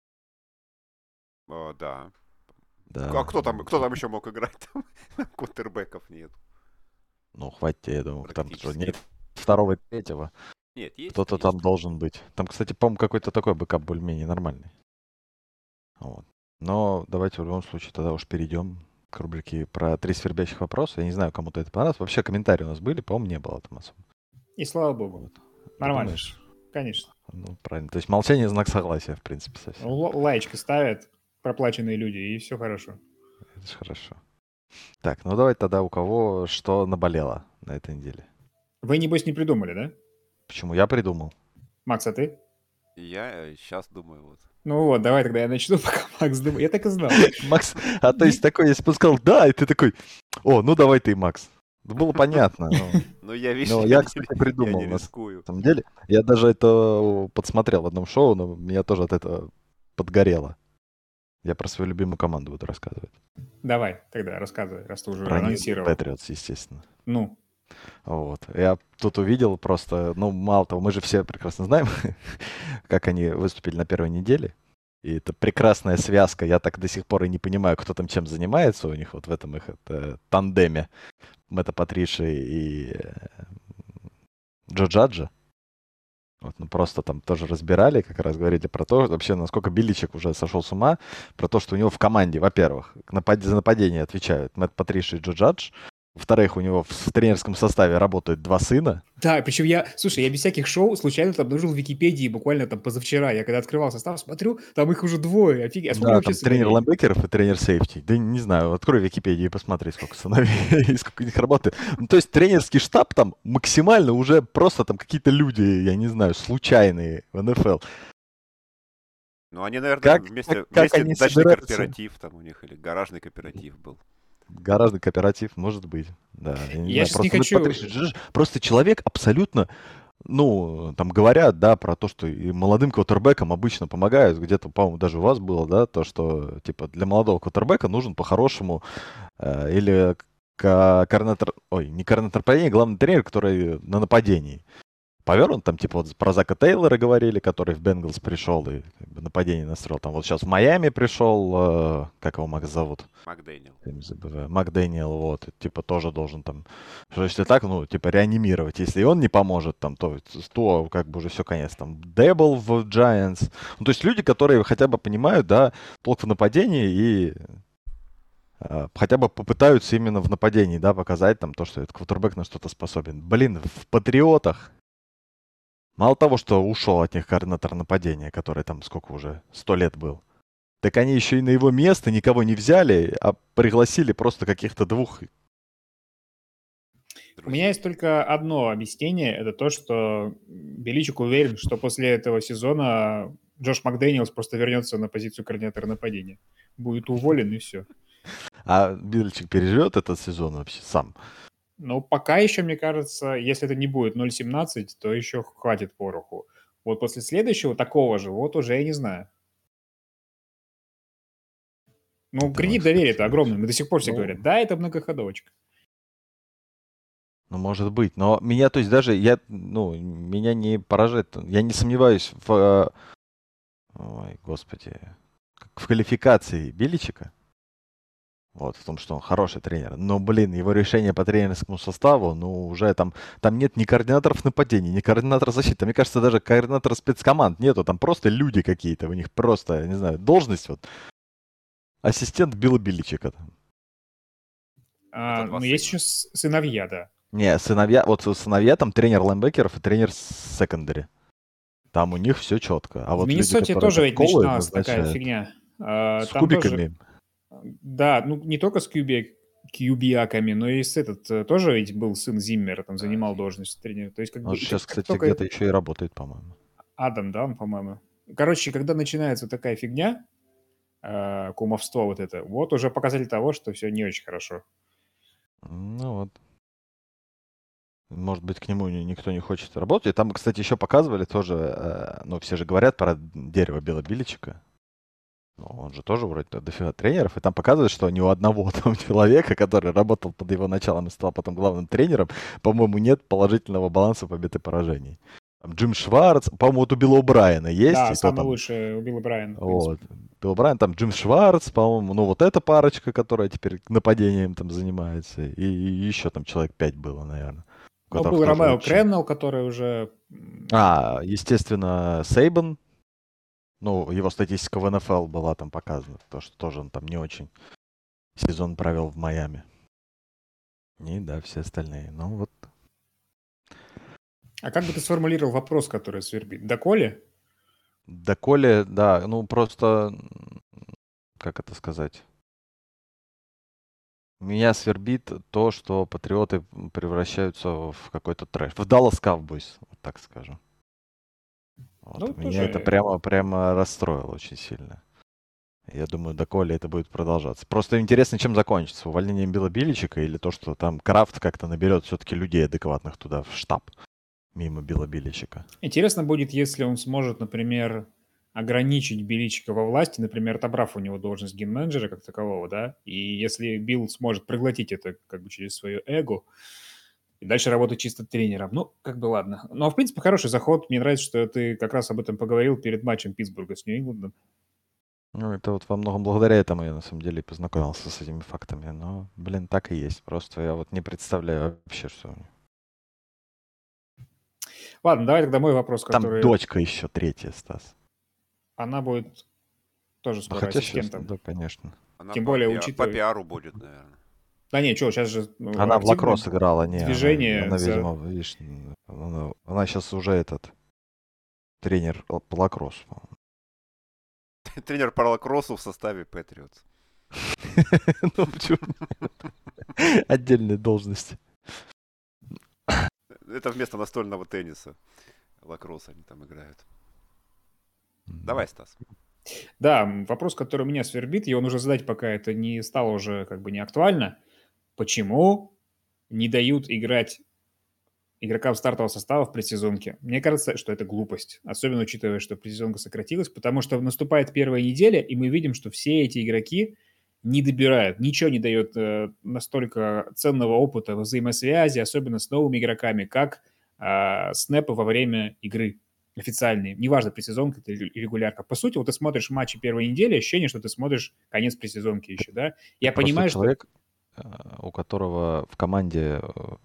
О, да. Да. А кто там еще мог играть? Там квотербеков нет. Ну, хватит, я думаю, там что, нет второго и третьего. Нет, есть. Кто-то там должен быть. Там, кстати, по-моему, какой-то такой бэкап более-менее нормальный. Вот. Но давайте в любом случае тогда уж перейдем к рубрике про 3 свербящих вопроса. Я не знаю, кому-то это понравилось. Вообще комментарии у нас были, по-моему, не было там особо. И слава богу. Вот. Нормально. Думаешь? Конечно. Ну, правильно. То есть молчание — знак согласия, в принципе, совсем. Лаечки ставят проплаченные люди, и все хорошо. Это же хорошо. Так, ну давайте тогда у кого что наболело на этой неделе. Вы, небось, не придумали, да? Почему я придумал? Макс, а ты? Я сейчас думаю, вот. Ну вот, давай тогда я начну, пока Макс думает. Я так и знал. Макс, а то есть такой, если бы он сказал «да», и ты такой «о, ну давай ты, Макс». Ну, было понятно. Ну, я, видишь, Но я я, кстати, придумал не на рискую. самом деле. Я даже это подсмотрел в одном шоу, но меня тоже от этого подгорело. Я про свою любимую команду буду рассказывать. Давай, тогда рассказывай, раз ты уже Про анонсировал. Patriots, естественно. Ну, Вот. Я тут увидел просто, ну, мало того, мы же все прекрасно знаем, как они выступили на первой неделе. И это прекрасная связка. Я так до сих пор и не понимаю, кто там чем занимается у них вот в этом их тандеме. Мэтта Патриши и Джо Джаджа. Вот, ну просто там тоже разбирали, как раз говорили про то, вообще, насколько Беличек уже сошел с ума, про то, что у него в команде, во-первых, за нападение отвечают Мэтт Патриши и Джо Джадж. Во-вторых, у него в тренерском составе работают 2 сына. да, причем я без всяких шоу случайно там обнаружил в Википедии буквально там позавчера. Я когда открывал состав, смотрю, там их уже 2. Офигеть. А сколько Да, вообще там тренер сыновей? лайнбекеров и тренер сейфти. Да не знаю, открой Википедию и посмотри, сколько сыновей и сколько у них работает. Ну, то есть тренерский штаб там максимально уже просто там какие-то люди, я не знаю, случайные в НФЛ. Ну, они, наверное, Как вместе они дачный собираются? кооператив там у них, или гаражный кооператив был. Гаражный кооператив, может быть. Да, я не Я знаю. сейчас не Просто Мэтт хочу... Патриши Джордж просто человек абсолютно, ну, там говорят, да, про то, что и молодым квотербекам обычно помогают. Где-то, по-моему, даже у вас было, да, то, что, типа, для молодого квотербека нужен по-хорошему или координатор, ой, не координатор падения, главный тренер, который на нападении. Повернут, там, типа, вот про Зака Тейлора говорили, который в Бенгалс пришел и как бы, нападение настроил. Там вот сейчас в Майами пришел, как его Макс зовут? Макдэниел. Я не забываю. Макдэниел, вот, типа, тоже должен там, что если так, ну, типа, реанимировать. Если и он не поможет, там, то как бы уже все, конец. Там, Дэбл в Giants. Ну, то есть люди, которые хотя бы понимают, да, толк в нападении и хотя бы попытаются именно в нападении, да, показать там то, что этот квотербек на что-то способен. Блин, в Патриотах мало того, что ушел от них координатор нападения, который там сколько уже, 100 лет был, так они еще и на его место никого не взяли, а пригласили просто каких-то 2. У меня есть только одно объяснение. Это то, что Беличек уверен, что после этого сезона Джош Макдэниелс просто вернется на позицию координатора нападения. Будет уволен и все. А Беличек переживет этот сезон вообще сам? Но пока еще, мне кажется, если это не будет 0.17, то еще хватит пороху. Вот после следующего такого же, вот уже я не знаю. Ну, Давай, кредит доверия-то кстати, огромный. Мы до сих пор все ну, говорят, да, это многоходовочка. ну, может быть. Но меня, то есть даже, меня не поражает. Я не сомневаюсь ой, господи, в квалификации Беличика. Вот, в том, что он хороший тренер. Но, блин, его решение по тренерскому составу, ну, уже там нет ни координаторов нападений, ни координаторов защиты. Мне кажется, даже координатора спецкоманд нету. Там просто люди какие-то. У них просто, я не знаю, должность вот. Ассистент Билла Беличика. Ну, есть еще сыновья, да. Не, сыновья, там тренер лайнбекеров и тренер секондари. Там у них все четко. А В вот люди, Миннесоте которые тоже ведь колы начиналась такая назначают фигня. с Там тоже, кубиками. да, ну не только с кьюбиаками, но и с тоже ведь был сын Зиммера, там занимал должность тренера. То есть как Он бы же и сейчас, как кстати, только где-то еще и работает, по-моему. Адам, да, он, по-моему. Короче, когда начинается такая фигня, кумовство вот это, вот уже показатель того, что все не очень хорошо. Ну вот. Может быть, к нему никто не хочет работать. И там, кстати, еще показывали тоже, ну, все же говорят про дерево Билла Беличика. Ну, он же тоже вроде дофига тренеров. И там показывают, что ни у одного там человека, который работал под его началом и стал потом главным тренером, по-моему, нет положительного баланса побед и поражений. Там Джим Шварц, по-моему, вот у Билла О'Брайена есть. Да, и самый там, лучший у Билла Брайана. вот, Билл О'Брайен, там Джим Шварц, по-моему, ну вот эта парочка, которая теперь нападением там занимается. И еще там человек 5 было, наверное. Ну, был Ромео Креннелл, который уже Естественно, Сейбан. Ну, его статистика в НФЛ была там показана. То, что тоже он там не очень сезон провел в Майами. И да, все остальные. Ну вот. А как бы ты сформулировал вопрос, который свербит? Доколе? Доколе, да, ну просто, как это сказать? Меня свербит то, что патриоты превращаются в какой-то трэш. В Dallas Cowboys, вот так скажем. Ну, Вот. Меня это тоже... прямо расстроило очень сильно. Я думаю, доколе это будет продолжаться. Просто интересно, чем закончится. Увольнением Билла Беличика или то, что там Крафт как-то наберет все-таки людей адекватных туда, в штаб, мимо Билла Беличика. Интересно будет, если он сможет, например, ограничить Беличика во власти, например, отобрав у него должность ген-менеджера как такового, да, и если Билл сможет проглотить это как бы через свое эго и дальше работать чисто тренером. Ну, как бы ладно. Но, в принципе, хороший заход. Мне нравится, что ты как раз об этом поговорил перед матчем Питтсбурга с Нью-Ингландом. Ну, это вот во многом благодаря этому я на самом деле познакомился с этими фактами. Но, блин, так и есть. Просто я вот не представляю вообще, что... Ладно, давай тогда мой вопрос, Там который... дочка еще третья, Стас. Она будет тоже Да скоро хотя сейчас, ассистентом. да, конечно. Она Тем по, более, по учитывая... пиару будет, наверное. Да не, что, сейчас же Она в активное лакросс играла, не, движение она, за... видимо, видишь, она сейчас уже этот тренер по лакроссу, по-моему. Тренер по лакроссу в составе Патриотс. Ну, почему? Отдельные должности. Это вместо настольного тенниса. Лакросс они там играют. Давай, Стас. Да, вопрос, который меня свербит, его нужно задать, пока это не стало уже как бы не актуально. Почему не дают играть игрокам стартового состава в предсезонке? Мне кажется, что это глупость, особенно учитывая, что предсезонка сократилась, потому что наступает первая неделя, и мы видим, что все эти игроки не добирают, ничего не дает настолько ценного опыта взаимосвязи, особенно с новыми игроками, как снэпы во время игры официальные. Неважно, предсезонка это или регулярка. По сути, вот ты смотришь матчи первой недели, ощущение, что ты смотришь конец предсезонки еще, да? Ты Я просто понимаю, что... человек, у которого в команде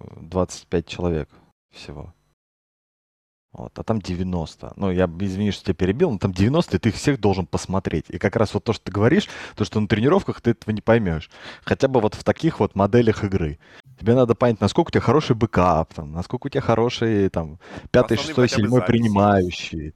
25 человек всего. Вот, а там 90. Ну, я извини, что тебя перебил, но там 90, и ты их всех должен посмотреть. И как раз вот то, что ты говоришь, то, что на тренировках ты этого не поймешь. Хотя бы вот в таких вот моделях игры. Тебе надо понять, насколько у тебя хороший бэкап, там, насколько у тебя хороший там, По 5, основным 6, хотя бы 7 записи есть. принимающий.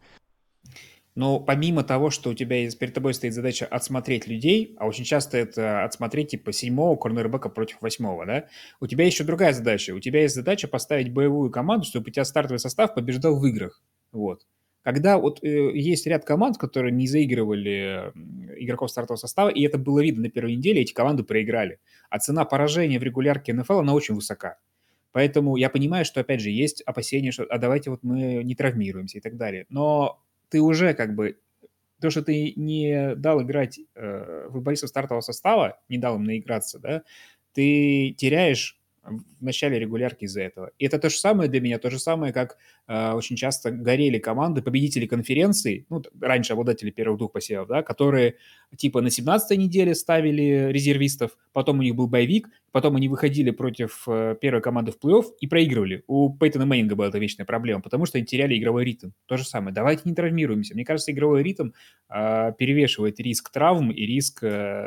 Но помимо того, что у тебя есть, перед тобой стоит задача отсмотреть людей, а очень часто это отсмотреть типа 7-го корнербека против 8-го, да, у тебя еще другая задача. У тебя есть задача поставить боевую команду, чтобы у тебя стартовый состав побеждал в играх. Вот. Когда вот есть ряд команд, которые не заигрывали игроков стартового состава, и это было видно на первой неделе, эти команды проиграли. А цена поражения в регулярке НФЛ, она очень высока. Поэтому я понимаю, что, опять же, есть опасения, что давайте вот мы не травмируемся и так далее. Но ты уже как бы... То, что ты не дал играть футболистов стартового состава, не дал им наиграться, да, ты теряешь в начале регулярки из-за этого. И это то же самое для меня, то же самое, как очень часто горели команды, победители конференции, ну, раньше обладатели первых двух посевов, да, которые типа на 17-й неделе ставили резервистов, потом у них был боевик, потом они выходили против первой команды в плей-офф и проигрывали. У Пейтона Мэннинга была эта вечная проблема, потому что они теряли игровой ритм. То же самое. Давайте не травмируемся. Мне кажется, игровой ритм перевешивает риск травм и риск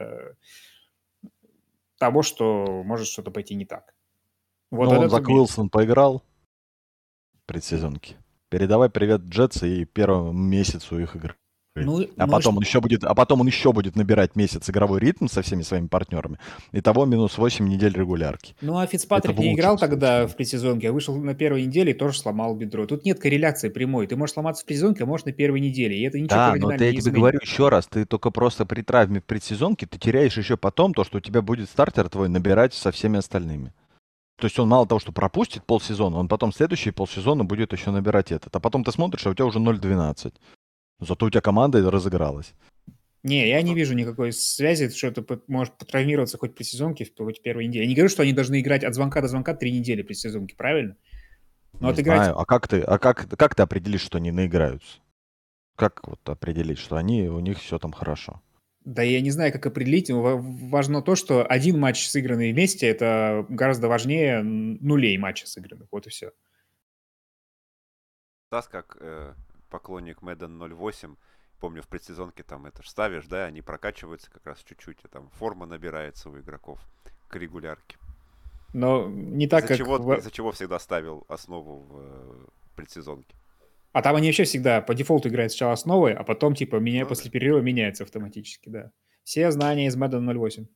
того, что может что-то пойти не так. Вот Ну, он это у Зак меня. Уилсон поиграл в предсезонке. Передавай привет Джетс и первому месяцу их игры. А потом он еще будет набирать месяц игровой ритм со всеми своими партнерами. Итого минус 8 недель регулярки. Ну, а Это Фицпатрик в не играл лучшем тогда случае. в предсезонке, а вышел на первой неделе и тоже сломал бедро. Тут нет корреляции прямой. Ты можешь сломаться в предсезонке, а можешь на первой неделе. И это ничего Да, но кардинально я не тебе изменит. говорю еще раз, ты только просто при травме в предсезонке, ты теряешь еще потом то, что у тебя будет стартер твой набирать со всеми остальными. То есть он мало того, что пропустит полсезона, он потом следующие полсезона будет еще набирать этот. А потом ты смотришь, а у тебя уже 0-12. Зато у тебя команда разыгралась. Не, я не вижу никакой связи, что ты можешь потравмироваться хоть при сезонке, хоть в первой неделе. Я не говорю, что они должны играть от звонка до звонка 3 недели при сезонке, правильно? Но Не отыграть... знаю. Как ты определишь, что они наиграются? Как вот определить, что у них все там хорошо? Да я не знаю, как определить. Важно то, что один матч, сыгранный вместе, это гораздо важнее нулей матча сыгранных. Вот и все. Стас, как поклонник Madden 08, помню, в предсезонке там это ж ставишь, да, они прокачиваются как раз чуть-чуть, и там форма набирается у игроков к регулярке. Но не так, как... Из-за чего всегда ставил основу в предсезонке. А там они вообще всегда по дефолту играют сначала основой, а потом, типа, Ну после да. перерыва меняется автоматически, да. Все знания из Madden 08.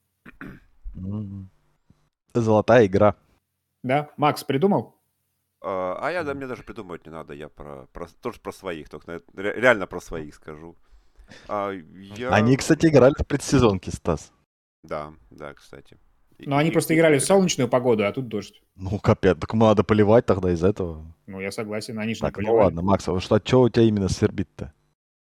Золотая игра. Да? Макс придумал? Мне даже придумывать не надо, я тоже про своих, только реально про своих скажу. Они, кстати, играли в предсезонке, Стас. Да, кстати. Но они просто играли в солнечную погоду, а тут дождь. Ну, капец, так надо поливать тогда из этого. Ну, я согласен, они же не Так, ну поливали. ладно, Макс, а что у тебя именно свербит-то?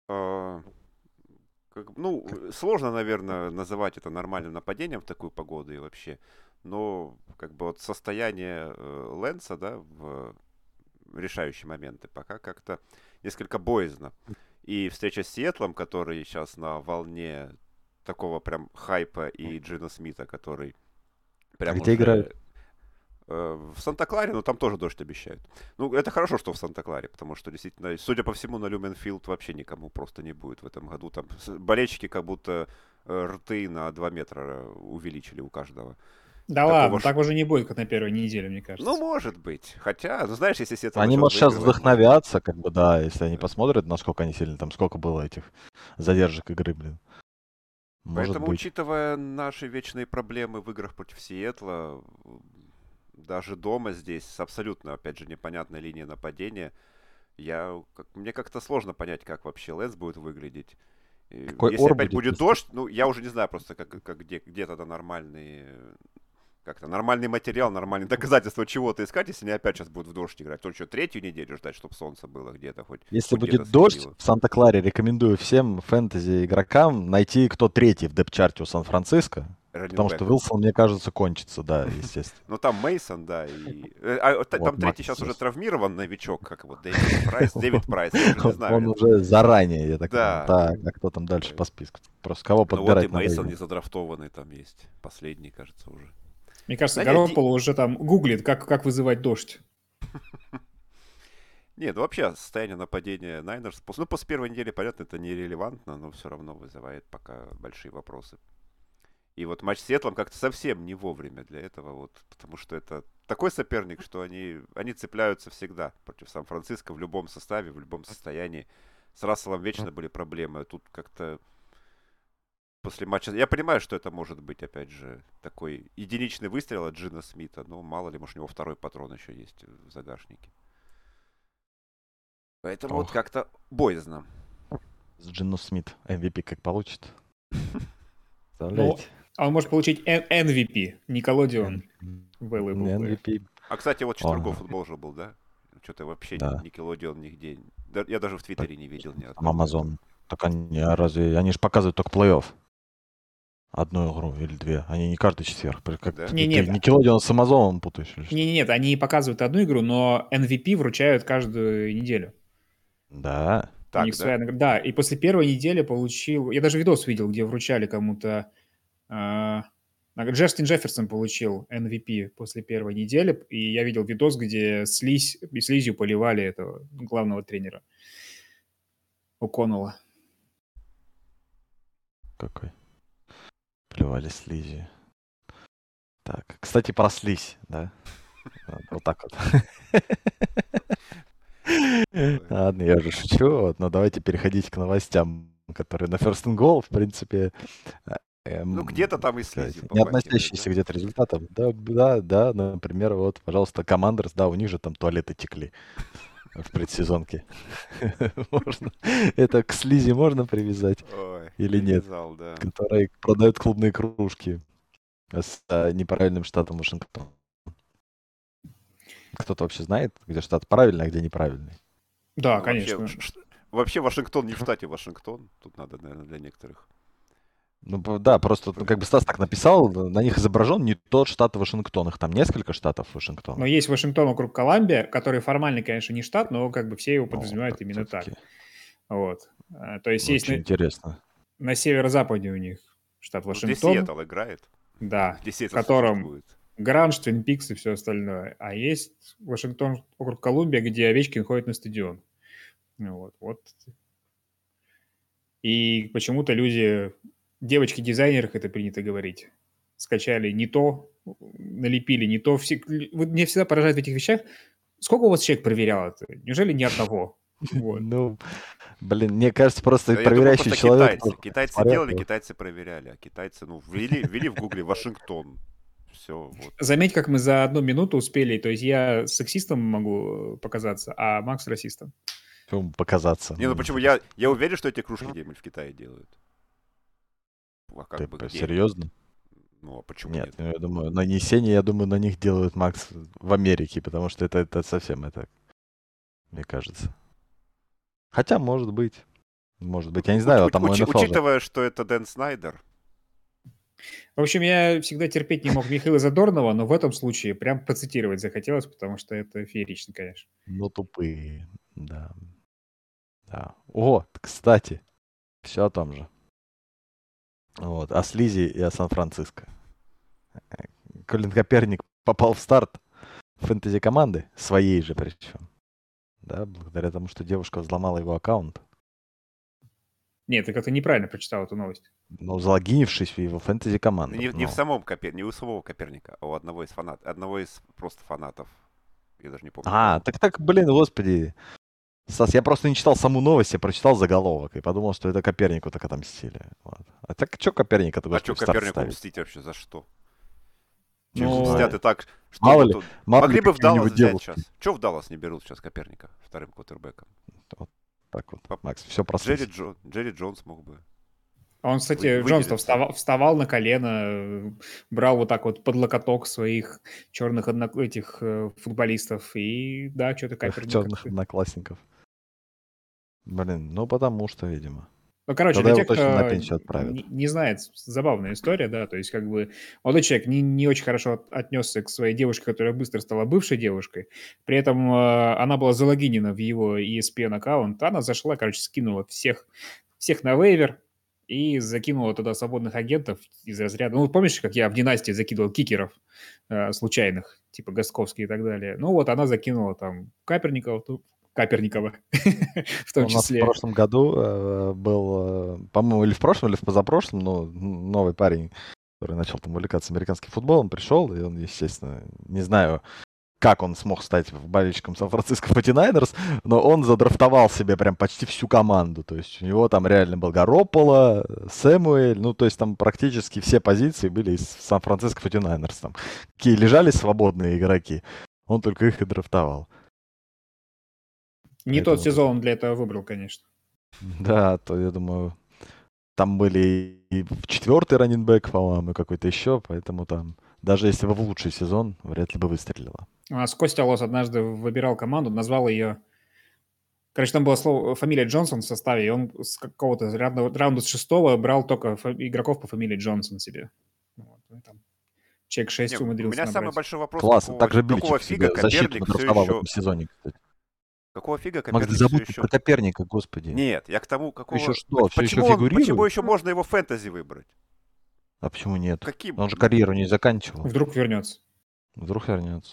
Сложно, наверное, называть это нормальным нападением в такую погоду и вообще. Но как бы вот состояние Лэнса, да, в решающие моменты пока как-то несколько боязно. И встреча с Сиэтлом, который сейчас на волне такого прям хайпа, и Джина Смита, который прям Где уже... играют? В Санта-Кларе, но там тоже дождь обещают. Ну, это хорошо, что в Санта-Кларе, потому что, действительно, судя по всему, на Люменфилд вообще никому просто не будет в этом году. Там болельщики как будто рты на 2 метра увеличили у каждого. Да ладно, так уже не будет, как на первой неделе, мне кажется. Ну, может быть. Хотя, ну, знаешь, если Сиэтл Они, начал может, сейчас выигрывать, вдохновятся, как бы, да, если они посмотрят, насколько они сильны, там, сколько было этих задержек игры, блин. Может Поэтому, быть. учитывая наши вечные проблемы в играх против Сиэтла, даже дома здесь абсолютно, опять же, непонятная линия нападения, мне как-то сложно понять, как вообще Лэнс будет выглядеть. Какой Если ор опять будет если- дождь, ну, я уже не знаю просто, где тогда нормальный материал, нормальные доказательства чего-то искать, если не опять сейчас будет в дождь играть. То что, 3-ю неделю ждать, чтобы солнце было где-то хоть. Если хоть будет где-то дождь светило. в Санта-Кларе, рекомендую всем фэнтези-игрокам найти, кто третий в депчарте у Сан-Франциско. Потому что Уилсон, мне кажется, кончится, да, естественно. Ну, там Мейсон, да, и... Там третий сейчас уже травмирован новичок, как его, Дэвид Прайс, я уже не знаю. Он уже заранее, я так Да. понимаю. Так, а кто там дальше по списку? Просто кого Ну вот и подбирать надо. Мейсон не задрафтованный там есть, последний, кажется, уже. Мне кажется, Гарополо уже там гуглит, как вызывать дождь. Нет, ну вообще состояние нападения Найнерс, после первой недели, понятно, это нерелевантно, но все равно вызывает пока большие вопросы. И вот матч с Сиэтлом как-то совсем не вовремя для этого, вот, потому что это такой соперник, что они цепляются всегда против Сан-Франциско в любом составе, в любом состоянии. С Расселом вечно были проблемы, а тут как-то после матча... Я понимаю, что это может быть, опять же, такой единичный выстрел от Джина Смита, но мало ли, может, у него второй патрон еще есть в загашнике. Поэтому вот как-то боязно. С Джину Смит MVP как получит? Ну, а он может получить MVP, Никелодеон. MVP. А, кстати, вот четвергов футбол же был, да? Что-то вообще Никелодеон нигде. Я даже в Твиттере не видел ни одного. Амазон. Так они же показывают только плей-офф. Одну игру или две. Они не каждый четверг. Ты Никелодеон с Амазоном путаешь? Нет, они показывают одну игру, но MVP вручают каждую неделю. Да. Так, да, и после первой недели получил... Я даже видос видел, где вручали кому-то... Джастин Джефферсон получил MVP после первой недели, и я видел видос, где слизью поливали этого главного тренера О'Коннелла. Какой? Поливали слизью. Так, кстати, про слизь, да? Вот так вот. Ладно, я же шучу, но давайте переходить к новостям, которые на First and Goal, в принципе... Ну, где-то там и слизью. Не относящиеся где-то результатам. Да, например, вот, пожалуйста, Commanders, да, у них же там туалеты текли в предсезонке. Можно. Это к слизи можно привязать или нет? Которые продают клубные кружки с неправильным штатом Вашингтон. Кто-то вообще знает, где штат правильный, а где неправильный? Да, конечно. Вообще Вашингтон не в штате Вашингтон. Тут надо, наверное, для некоторых. Ну да, просто как бы Стас так написал, на них изображен не тот штат Вашингтон, их там несколько штатов Вашингтона. Но есть Вашингтон округ Колумбия, который формально, конечно, не штат, но как бы все его подразумевают именно так. Вот. То есть есть интересно. На северо-западе у них штат Вашингтон. Где Сиэтл играет. Да, в котором Гранж, Твин Пикс и все остальное. А есть Вашингтон округ Колумбия, где Овечкин ходит на стадион. Вот. И почему-то люди, девочки-дизайнеры, это принято говорить, скачали не то, налепили не то. Вот меня всегда поражает в этих вещах, сколько у вас человек проверял это? Неужели ни одного? Вот. Ну, блин, мне кажется, просто Я думаю, проверяющий просто человек... китайцы. Китайцы смотрел, делали, вот. китайцы проверяли. А китайцы, ввели в гугле Вашингтон. Все, вот. Заметь, как мы за 1 минуту успели. То есть я сексистом могу показаться, а Макс расистом. Почему показаться? Не, ну почему? Я уверен, что эти кружки где-нибудь в Китае делают. А как Ты бы где? серьезно? Ну, а почему Нет, нет? ну, я думаю, нанесение, я думаю, на них делают, Макс, в Америке, потому что это совсем это, мне кажется. Хотя, может быть. Может быть, я не знаю, там у НФЛ же. Учитывая, что это Дэн Снайдер. В общем, я всегда терпеть не мог Михаила Задорнова, но в этом случае прям процитировать захотелось, потому что это феерично, конечно. Ну, тупые, да. Да. О, кстати, все о том же. Вот, о Слизи и о Сан-Франциско. Колин Каперник попал в старт фэнтези-команды, своей же причем. Да, благодаря тому, что девушка взломала его аккаунт. Нет, ты как-то неправильно прочитал эту новость. Но залогинившись в его фэнтези-команду. Не в самом не у самого Коперника, а у одного из просто фанатов. Я даже не помню. Так, блин, господи. Сас, я просто не читал саму новость, я прочитал заголовок и подумал, что это Копернику так отомстили. Вот. А так что Коперника-то, А что господи, в старт Копернику ставить? мстить вообще? За что? Ну, Чем мстят и так, что Мало вот ли, тут- мало Могли ли бы в Даллас какие-нибудь взять девушки. сейчас. Чего в Даллас не берут сейчас Коперника вторым квотербеком? Так вот, Макс, все прослушай. Джерри Джонс мог бы. А он, кстати, Выделиться. Джонс вставал на колено, брал вот так вот под локоток своих черных этих футболистов. И да, что-то Каперник Черных как-то... одноклассников. Блин, ну потому что, видимо. Ну, короче, Тогда для его тех, точно на кто пенсию отправят. не знает, забавная история, да, то есть как бы молодой человек не очень хорошо отнесся к своей девушке, которая быстро стала бывшей девушкой, при этом она была залогинена в его ESPN-аккаунт, она зашла, короче, скинула всех на вейвер и закинула туда свободных агентов из разряда, ну, помнишь, как я в «Династии» закидывал кикеров случайных, типа Гостковский и так далее, ну, вот она закинула там Каперникова в том У нас в числе. прошлом году был, по-моему, или в прошлом, или в позапрошлом, но новый парень, который начал там увлекаться американским футболом, пришел, и он, естественно, не знаю, как он смог стать болельщиком Сан-Франциско 49ers, но он задрафтовал себе прям почти всю команду. То есть у него там реально был Гаропполо, Сэмуэль, ну то есть там практически все позиции были из Сан-Франциско 49ers. Там какие лежали свободные игроки, он только их и драфтовал. Не тот сезон он для этого выбрал, конечно. Да, то я думаю, там были и в 4-й раннинбэк, по-моему, какой-то еще, поэтому там, даже если бы в лучший сезон, вряд ли бы выстрелило. У нас Костя Лос однажды выбирал команду, назвал ее... Короче, там была фамилия Джонсон в составе, и он с какого-то раунда с 6-го брал только игроков по фамилии Джонсон себе. Вот, там человек 6 умудрился У меня набрать. самый большой вопрос, Классно, так же какого фига защиту Коперник все надрафтовал в еще... этом сезоне, кстати. Какого фига Макс, Коперник ты все забудь еще... про Коперника, господи. Нет, я к тому, какого... Еще что? Все еще Почему фигурирует? еще можно его в фэнтези выбрать? А почему нет? Каким? Он же карьеру не заканчивал. Вдруг вернется. Вдруг вернется.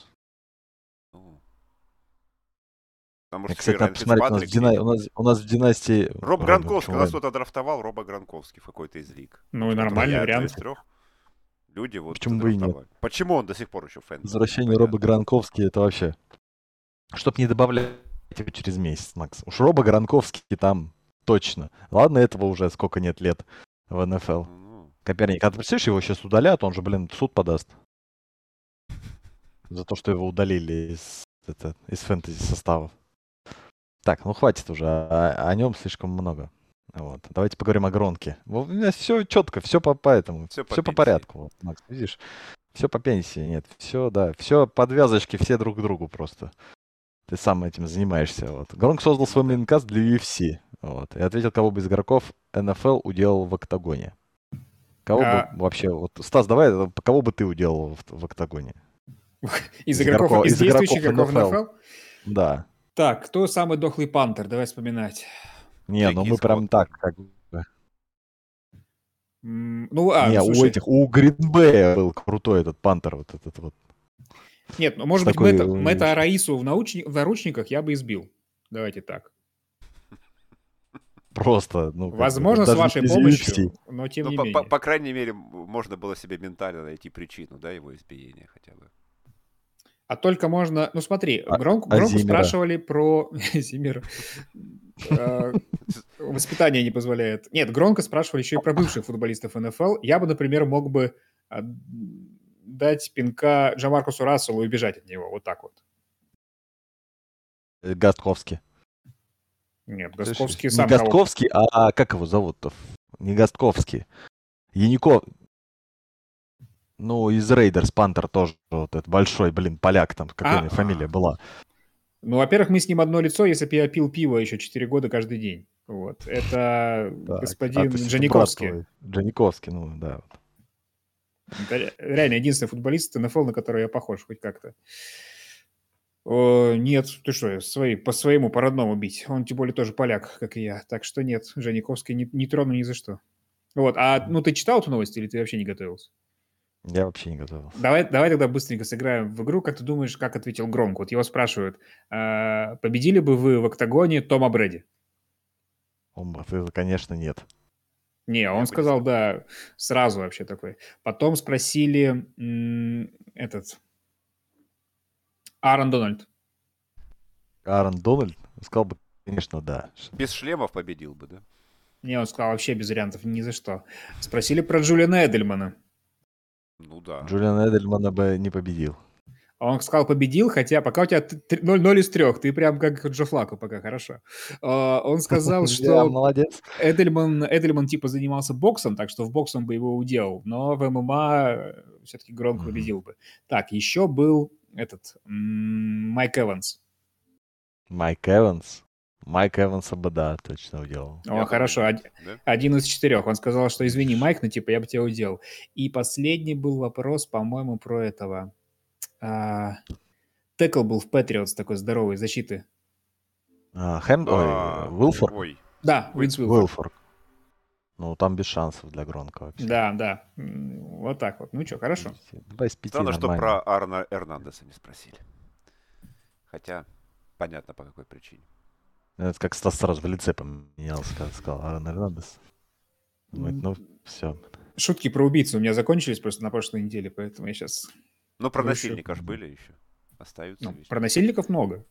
Потому Я, что кстати, надо посмотреть, у нас в династии... Роб Гранковский, у нас кто-то драфтовал Роба Гранковский в какой-то из лиг. Ну и нормальный вариант. Из 3 люди вот почему бы и нет? Почему он до сих пор еще в фэнтези? Возвращение Роба Гранковский, это вообще... Чтоб не добавлять его через месяц, Макс. Уж Роба Гранковский там точно. Ладно, этого уже сколько нет лет в НФЛ. Коперник. А ты представляешь, его сейчас удалят, он же, блин, в суд подаст. За то, что его удалили из фэнтези составов. Так, ну хватит уже, о нем слишком много. Вот. Давайте поговорим о Гронке. У меня все четко, все по этому, все по порядку. Вот, Макс, видишь? Все по пенсии, нет, все, да, все подвязочки, все друг к другу просто. Ты сам этим занимаешься. Вот. Гронк создал свой мейнкаст для UFC. Вот, и ответил, кого бы из игроков НФЛ уделал в октагоне. Кого бы вообще... Вот, Стас, давай, кого бы ты уделал в октагоне? Из действующих игроков НФЛ? Да. Так, кто самый дохлый пантер? Давай вспоминать. Не, ну мы прям так, как бы... У Гринбея был крутой этот пантер, вот этот вот. Нет, ну может быть, Мэтта Раису в наручниках я бы избил. Давайте так. Просто, ну, как бы, Возможно, с даже вашей из помощью, UFC. но тем Ну, не по менее. крайней мере, можно было себе ментально найти причину, да, его избиения хотя бы. А только можно... Ну смотри, А Гронку Зиммера? спрашивали про... Зиммера. Воспитание не позволяет. Нет, Гронка спрашивали еще и про бывших футболистов НФЛ. Я бы, например, мог бы дать пинка Джамаркусу Расселу и бежать от него. Вот так вот. Гостковский. Нет, Слышишь? Гостковский Не сам кого... Гостковский, а как его зовут-то? Не Гостковский. Яников. Ну, из Рейдерс Пантер тоже вот этот большой, блин, поляк там, какая у него фамилия была. Ну, во-первых, мы с ним одно лицо, если бы я пил пиво еще 4 года каждый день. Вот. Это Так, господин то есть это брат Джаниковский. твой. Джаниковский, ну да. Это реально единственный футболист НФЛ, на который я похож хоть как-то. Нет, ты что, по своему, по родному бить. Он тем более тоже поляк, как и я. Так что нет, Жениковский не трону ни за что. Вот, ну ты читал эту новость или ты вообще не готовился? Я вообще не готовился. Давай тогда быстренько сыграем в игру. Как ты думаешь, как ответил Громко? Вот его спрашивают, победили бы вы в октагоне Тома Брэди? Конечно, нет. Не, он сказал, да, сразу вообще такой. Потом спросили Аарон Дональд. Аарон Дональд сказал бы, конечно, да. Без шлемов победил бы, да? Не, он сказал вообще без вариантов, ни за что. Спросили про Джулиана Эдельмана. Ну да. Джулиан Эдельмана бы не победил. Он сказал, победил, хотя пока у тебя 0 из 3, ты прям как Джо Флако пока, хорошо. Он сказал, что молодец. Эдельман типа занимался боксом, так что в бокс он бы его уделал, но в ММА все-таки Гронко победил бы. Так, еще был Майк Эванс. Майк Эванса бы, да, точно уделал. Хорошо, 1 из 4. Он сказал, что извини, Майк, но типа я бы тебя уделал. И последний был вопрос, по-моему, про этого... Текл был в Патриотс такой здоровой защиты. Уилфорд? Да, Винс Уилфорд. Ну, там без шансов для Гронка вообще. Да. Вот так вот. Ну что, хорошо. 2 из 5 Странно, нормально. что про Аарона Эрнандеса не спросили. Хотя, понятно, по какой причине. Это как Стас сразу в лице поменялся, когда сказал Аарон Эрнандес. Ну, все. Шутки про убийцу у меня закончились просто на прошлой неделе, поэтому я сейчас... Ну, про насильника же были еще. Остаются. Про насильников много.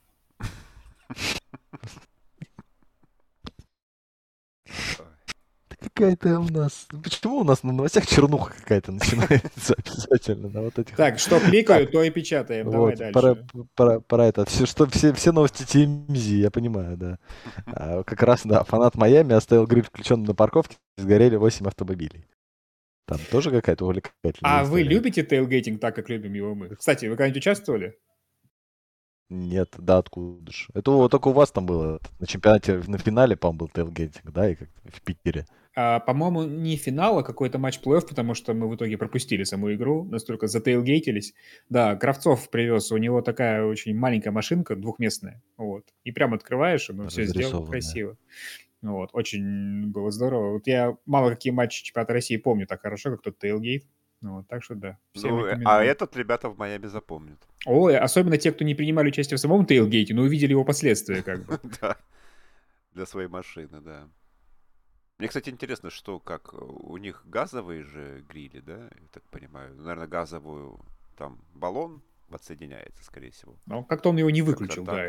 Какая-то у нас... Почему у нас на новостях чернуха какая-то начинается обязательно на вот этих... Так, что кликаю, то и печатаем. Давай дальше. Про это. Все новости TMZ, я понимаю, да. Как раз, да, фанат Майами оставил гриль включенным на парковке, сгорели 8 автомобилей. Там тоже какая-то увлекательная история. Вы любите тейлгейтинг так, как любим его мы? Кстати, вы когда-нибудь участвовали? Нет, да, откуда же. Это вот только у вас там было на чемпионате, на финале, по-моему, был тейлгейтинг, да, и как в Питере. По-моему, не финал, а какой-то матч плей-офф, потому что мы в итоге пропустили саму игру, настолько затейлгейтились. Да, Кравцов привез, у него такая очень маленькая машинка, двухместная, вот. И прям открываешь, и все сделано красиво. Вот, очень было здорово. Вот я мало какие матчи чемпионата России помню так хорошо, как тот тейлгейт. Вот, так что да. Этот ребята в Майами запомнят. Ой, особенно те, кто не принимали участие в самом тейлгейте, но увидели его последствия как бы. Да, для своей машины, да. Мне, кстати, интересно, что как у них газовые же грили, да, я так понимаю. Наверное, газовую там баллон подсоединяется, скорее всего. Ну, как-то он его не выключил, да.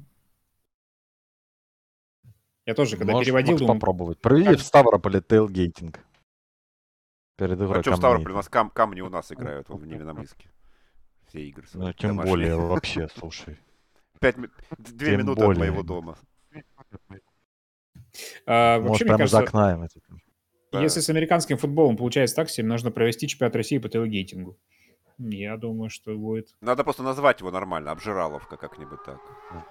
Я тоже, когда переводил, думаю... попробовать. Провели в Ставрополе тейлгейтинг. Перед игрой а что в Ставрополе? У нас камни у нас играют в Невиномыске. Все игры. Ну, тем более, вообще, слушай. 2 минуты от моего дома. Вообще, мне кажется, за окна. Если с американским футболом получается так себе, нужно провести чемпионат России по тейлгейтингу. Я думаю, что будет. Надо просто назвать его нормально, обжираловка как-нибудь так.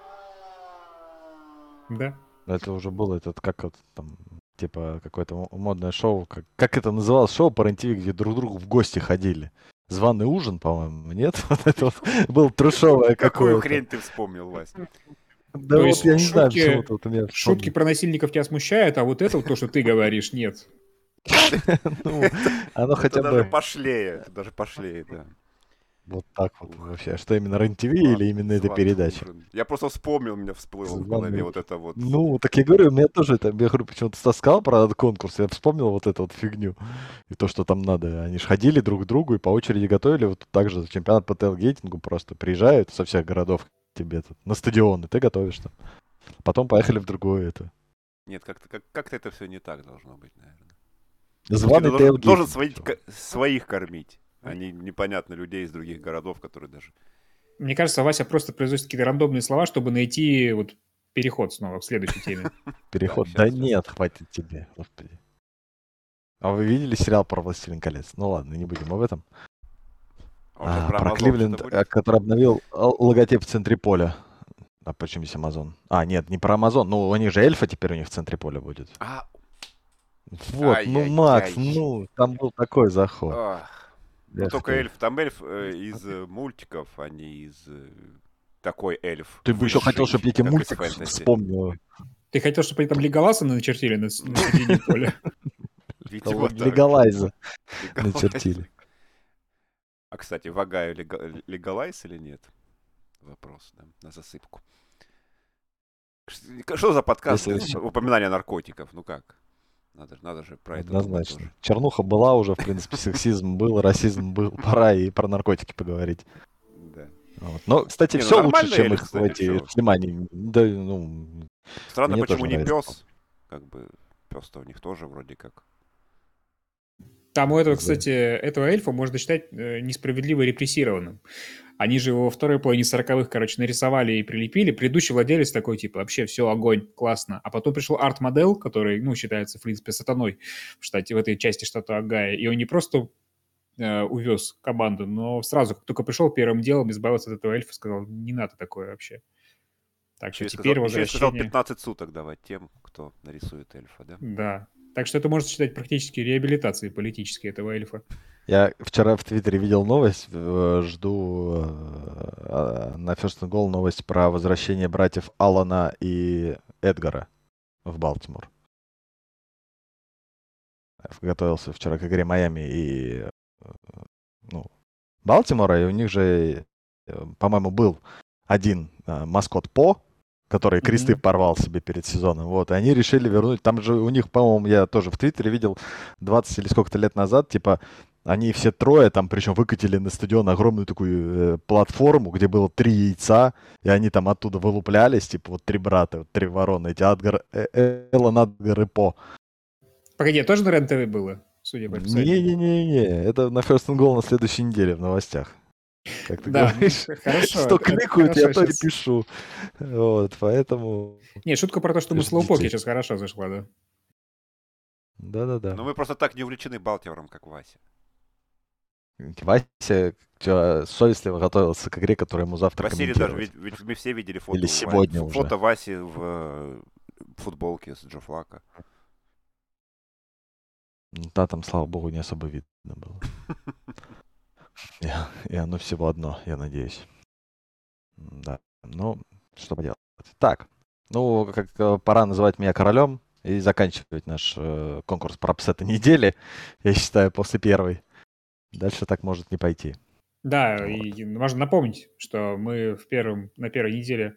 Да. Это уже было, как вот там, типа, какое-то модное шоу. Как это называлось? Шоу по РЕН-ТВ, где друг к другу в гости ходили. Званый ужин, по-моему, нет? Вот это вот было трешовое какое-то. Какую хрень ты вспомнил, Вась? Да вот я не знаю, почему тут у меня... Шутки про насильников тебя смущают, а вот это то, что ты говоришь, нет. Ну, оно хотя бы... Даже пошлее, да. Вот так вот вообще. Что именно РЕН-ТВ или именно эта Звонкий передача? ужин. Я просто вспомнил, у меня всплыло в голове Званый вот это вот. Ну, так я говорю, у меня тоже это, я говорю, почему-то Стас сказал про этот конкурс, я вспомнил вот эту вот фигню. И то, что там надо. Они же ходили друг к другу и по очереди готовили. Вот так же чемпионат по тейлгейтингу просто приезжают со всех городов к тебе тут на стадион, и ты готовишь там. Потом поехали в другое это. Нет, как-то это все не так должно быть, наверное. Званый Должен тейлгейтинг. своих кормить, а не непонятно людей из других городов, которые даже... Мне кажется, Вася просто произносит какие-то рандомные слова, чтобы найти вот переход снова к следующей теме. Переход. Так, Да щас. нет, хватит тебе, господи. А вы видели сериал про «Властелин колец»? Ну ладно, не будем об этом. А уже про Про Amazon Кливленд, что-то будет? который обновил логотип в центре поля. А почему здесь Амазон? А, нет, не про Амазон. Ну, у них же эльфа теперь у них в центре поля будет. А, Вот, ну, Макс, ай-яй-яй. ну, там был такой заход. Ах. Ну, Эх только ты. эльф. Там эльф из мультиков, а не из... такой эльф. Ты бы еще хотел, высший, чтобы я тебе как из мультик фэнтези. вспомнил. Ты хотел, чтобы они там Леголаса начертили на середине поля? Видимо, так. Легалайза Легалайз. начертили. А, кстати, Вагаю легалайз или нет? Вопрос, да, на засыпку. Что за подкаст? Если- Упоминание наркотиков, ну как? Надо же про это думать Однозначно. тоже. Чернуха была уже, в принципе, сексизм был, расизм был. Пора и про наркотики поговорить. Да. Вот. Но, кстати, Не, ну все лучше, нормальный чем эльф, их кстати, эти чё? снимания. Да, ну, Странно, Мне почему тоже не нравится. пес? Как бы пес-то у них тоже вроде как. Там у этого, Да. кстати, этого эльфа можно считать несправедливо репрессированным. Они же его во второй половине 40-х, короче, нарисовали и прилепили. Предыдущий владелец такой, типа, вообще все, огонь, классно. А потом пришел арт-модел, который, ну, считается, в принципе, сатаной в штате, в этой части штата Огайо. И он не просто увез команду, но сразу, как только пришел, первым делом избавился от этого эльфа, сказал, не надо такое вообще. Так что Еще теперь и сказал возвращение... 15 суток давать тем, кто нарисует эльфа, да? Да. Так что это можно считать практически реабилитацией политической этого эльфа. Я вчера в Твиттере видел новость, жду на First and Goal новость про возвращение братьев Алана и Эдгара в Балтимор. Готовился вчера к игре Майами и Балтимора, и у них же, по-моему, был один маскот По, который кресты порвал себе перед сезоном. Вот, и они решили вернуть. Там же у них, по-моему, я тоже в Твиттере видел 20 или сколько-то лет назад, типа, они все трое там, причем выкатили на стадион огромную такую платформу, где было 3 яйца, и они там оттуда вылуплялись, типа, вот 3 брата, вот 3 вороны, эти Эллен, Адгар и По. Погоди, тоже на РЕН-ТВ было, судя по описанию? Не-не-не, это на First and Goal на следующей неделе в новостях. Как ты Да, говоришь, хорошо. что это кликают, я хорошо то и щас. пишу. Вот, поэтому... Не, шутка про то, что мы Ждите. слоупоки сейчас хорошо зашла, да. Да-да-да. Но мы просто так не увлечены Балтимором, как Вася. Вася совестливо готовился к игре, которую ему завтра Василий даже, комментировать. ведь мы все видели фото, Или сегодня уже. фото Васи в футболке с Джо Флака. Да, там, слава богу, не особо видно было. И оно всего одно, я надеюсь. Да, ну, что поделать. Так, ну, как пора называть меня королем и заканчивать наш конкурс про апсеты недели, я считаю, после первой. Дальше так может не пойти. Да, Вот. и можно напомнить, что мы на первой неделе...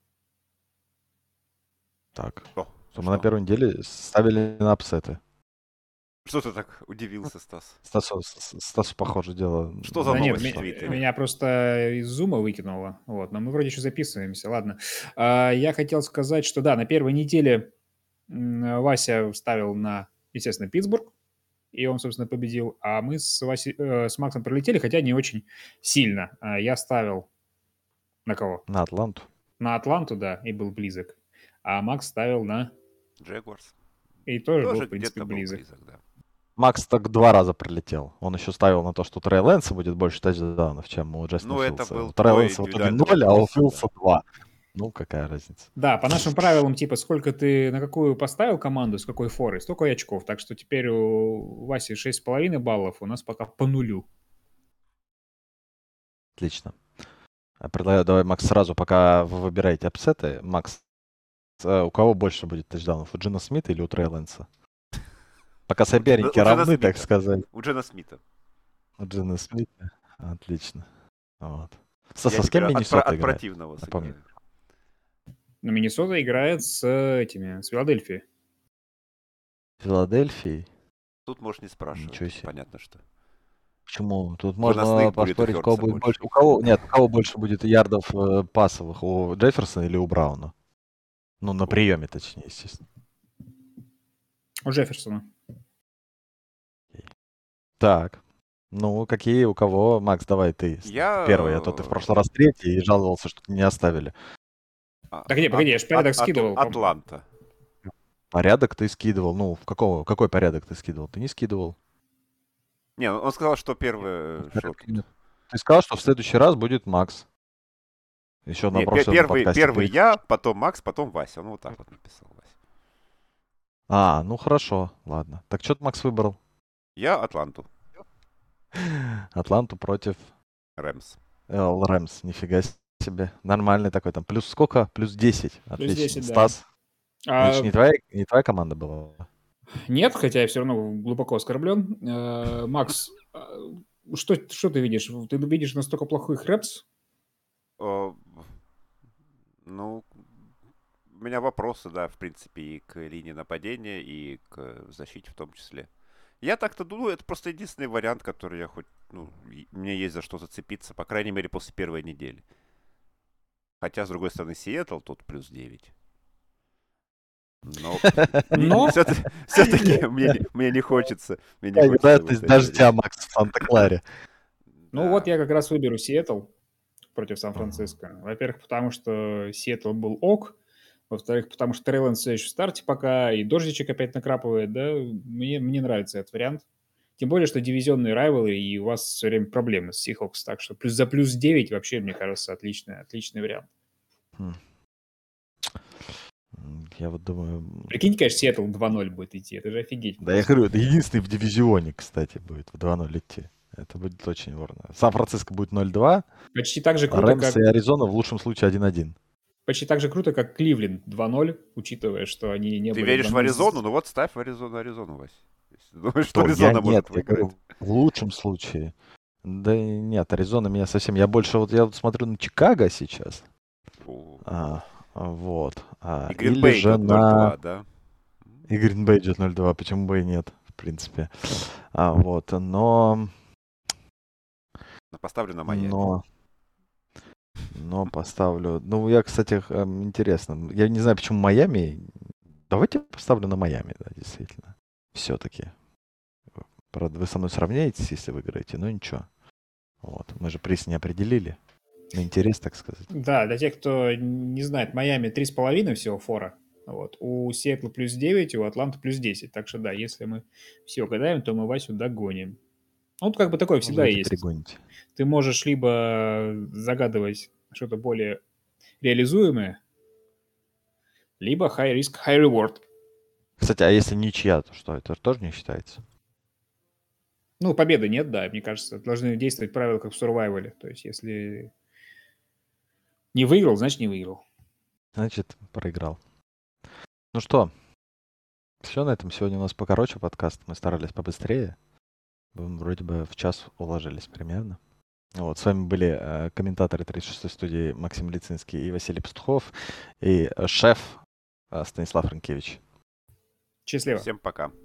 Так, О, что мы на что? первой неделе ставили на апсеты. Что ты так удивился, Стас? Стасу, похоже, дело. Что за Да нет, новость в Твиттере? меня просто из зума выкинуло. Вот, но мы вроде еще записываемся, ладно. Я хотел сказать, что да, на первой неделе Вася ставил на, естественно, Питтсбург, и он, собственно, победил. А мы с Максом пролетели, хотя не очень сильно. Я ставил на кого? На Атланту. На Атланту, да, и был близок. А Макс ставил на... Джегуарс. И тоже был, Тоже в принципе, где-то был близок. близок, да. Макс так 2 раза пролетел. Он еще ставил на то, что у Трей Лэнса будет больше тачдаунов, чем у Джастина Ну, это Филдса. был У Трей твой Лэнса в итоге индивидуальный 0, а у вопрос, Филдса да. 2. Ну, какая разница. Да, по нашим правилам, типа, сколько ты на какую поставил команду, с какой форой, столько и очков. Так что теперь у Васи 6,5 баллов, у нас пока по нулю. Отлично. Предлагаю, давай, Макс, сразу, пока вы выбираете апсеты. Макс, у кого больше будет тачдаунов? У Джина Смита или у Трей Лэнса? Пока соперники у Джина равны, так Смита. сказать. У Джена Смита. У Джина Смита. Отлично. Вот. Я С кем теперь Миннесота от играет? противного Напомни. сыграю. Но Миннесота играет с Филадельфией. Филадельфией? Тут можешь не спрашивать. Ничего Тут себе. понятно, что. Почему? Тут можно Выносных будет у поспорить, у кого Хёртса будет больше. больше. У кого, нет, у кого больше будет ярдов пасовых, у Джефферсона или у Брауна? Ну, на приеме, точнее, естественно. У Джефферсона. Так. Ну, какие у кого? Макс, давай ты Я... первый, а то ты в прошлый раз третий и жаловался, что не оставили. Так нет, погоди, я же порядок скидывал. Атланта. Порядок ты скидывал. Ну, какой порядок ты скидывал? Ты не скидывал. Не, он сказал, что первый... Ты сказал, что в следующий раз будет Макс. Еще на прошлом подкасте. Первый я, потом Макс, потом Вася. Он вот так вот написал, Вася. Ну хорошо, ладно. Так что Макс выбрал? Я Атланту. Атланту против... Рэмс. Рэмс, нифига себе. Нормальный такой там. Плюс сколько? Плюс 10. Отлично. 10, да. Стас, значит, не твоя команда была? Нет, хотя я все равно глубоко оскорблен. Макс, что ты видишь? Ты видишь настолько плохих Рэмс? Ну, у меня вопросы, да, в принципе, и к линии нападения, и к защите в том числе. Я так-то думаю, это просто единственный вариант, который я хоть, мне есть за что зацепиться, по крайней мере, после первой недели. Хотя, с другой стороны, Сиэтл тут плюс 9. Но все-таки мне не хочется. Дождя, Макс, в Санта-Кларе. Ну вот я как раз выберу Сиэтл против Сан-Франциско. Во-первых, потому что Сиэтл был ок. Во-вторых, потому что Трей Лэнс все еще в старте пока, и дождичек опять накрапывает, да. Мне нравится этот вариант. Тем более, что дивизионные райвелы, и у вас все время проблемы с Seahawks. Так что за плюс 9 вообще, мне кажется, отличный вариант. Я вот думаю... Прикиньте, конечно, Сиэтл 2-0 будет идти. Это же офигеть. Да, я говорю, это единственный в дивизионе, кстати, будет в 2-0 идти. Это будет очень ворно. Сан-Франциско будет 0-2. Почти так же круто, Рэмс и Аризона в лучшем случае 1-1. Почти так же круто, как Кливленд 2-0, учитывая, что они не были... Ты веришь в Аризону? Ну вот ставь Аризону, Вась. Думаешь, что Аризона может выиграть? В лучшем случае. Да нет, Аризона меня совсем... Я вот смотрю на Чикаго сейчас. Вот. И Гринбей идет 0-2, да? И Гринбей идет 0-2, почему бы и нет, в принципе. Вот, но... Поставлю на Майами. Но поставлю... Ну, я, кстати, интересно. Я не знаю, почему Майами. Давайте поставлю на Майами, да, действительно. Все-таки. Правда, вы со мной сравняетесь, если выиграете, но ничего. Вот. Мы же приз не определили. На интерес, так сказать. Да, для тех, кто не знает, Майами 3,5 всего фора. Вот. У Сиэтла плюс 9, у Атланты плюс 10. Так что да, если мы все угадаем, то мы Васю догоним. Вот как бы такое всегда есть. Пригоните. Ты можешь либо загадывать что-то более реализуемое, либо high risk, high reward. Кстати, а если ничья, то что? Это тоже не считается? Ну, победы нет, да. Мне кажется, должны действовать правила, как в survival. То есть, если не выиграл, значит, не выиграл. Значит, проиграл. Ну что, все на этом. Сегодня у нас покороче подкаст. Мы старались побыстрее. Мы вроде бы в час уложились примерно. Вот, с вами были комментаторы 36-й студии Максим Лицинский и Василий Пастухов, и шеф Станислав Рынкевич. Счастливо. Всем пока.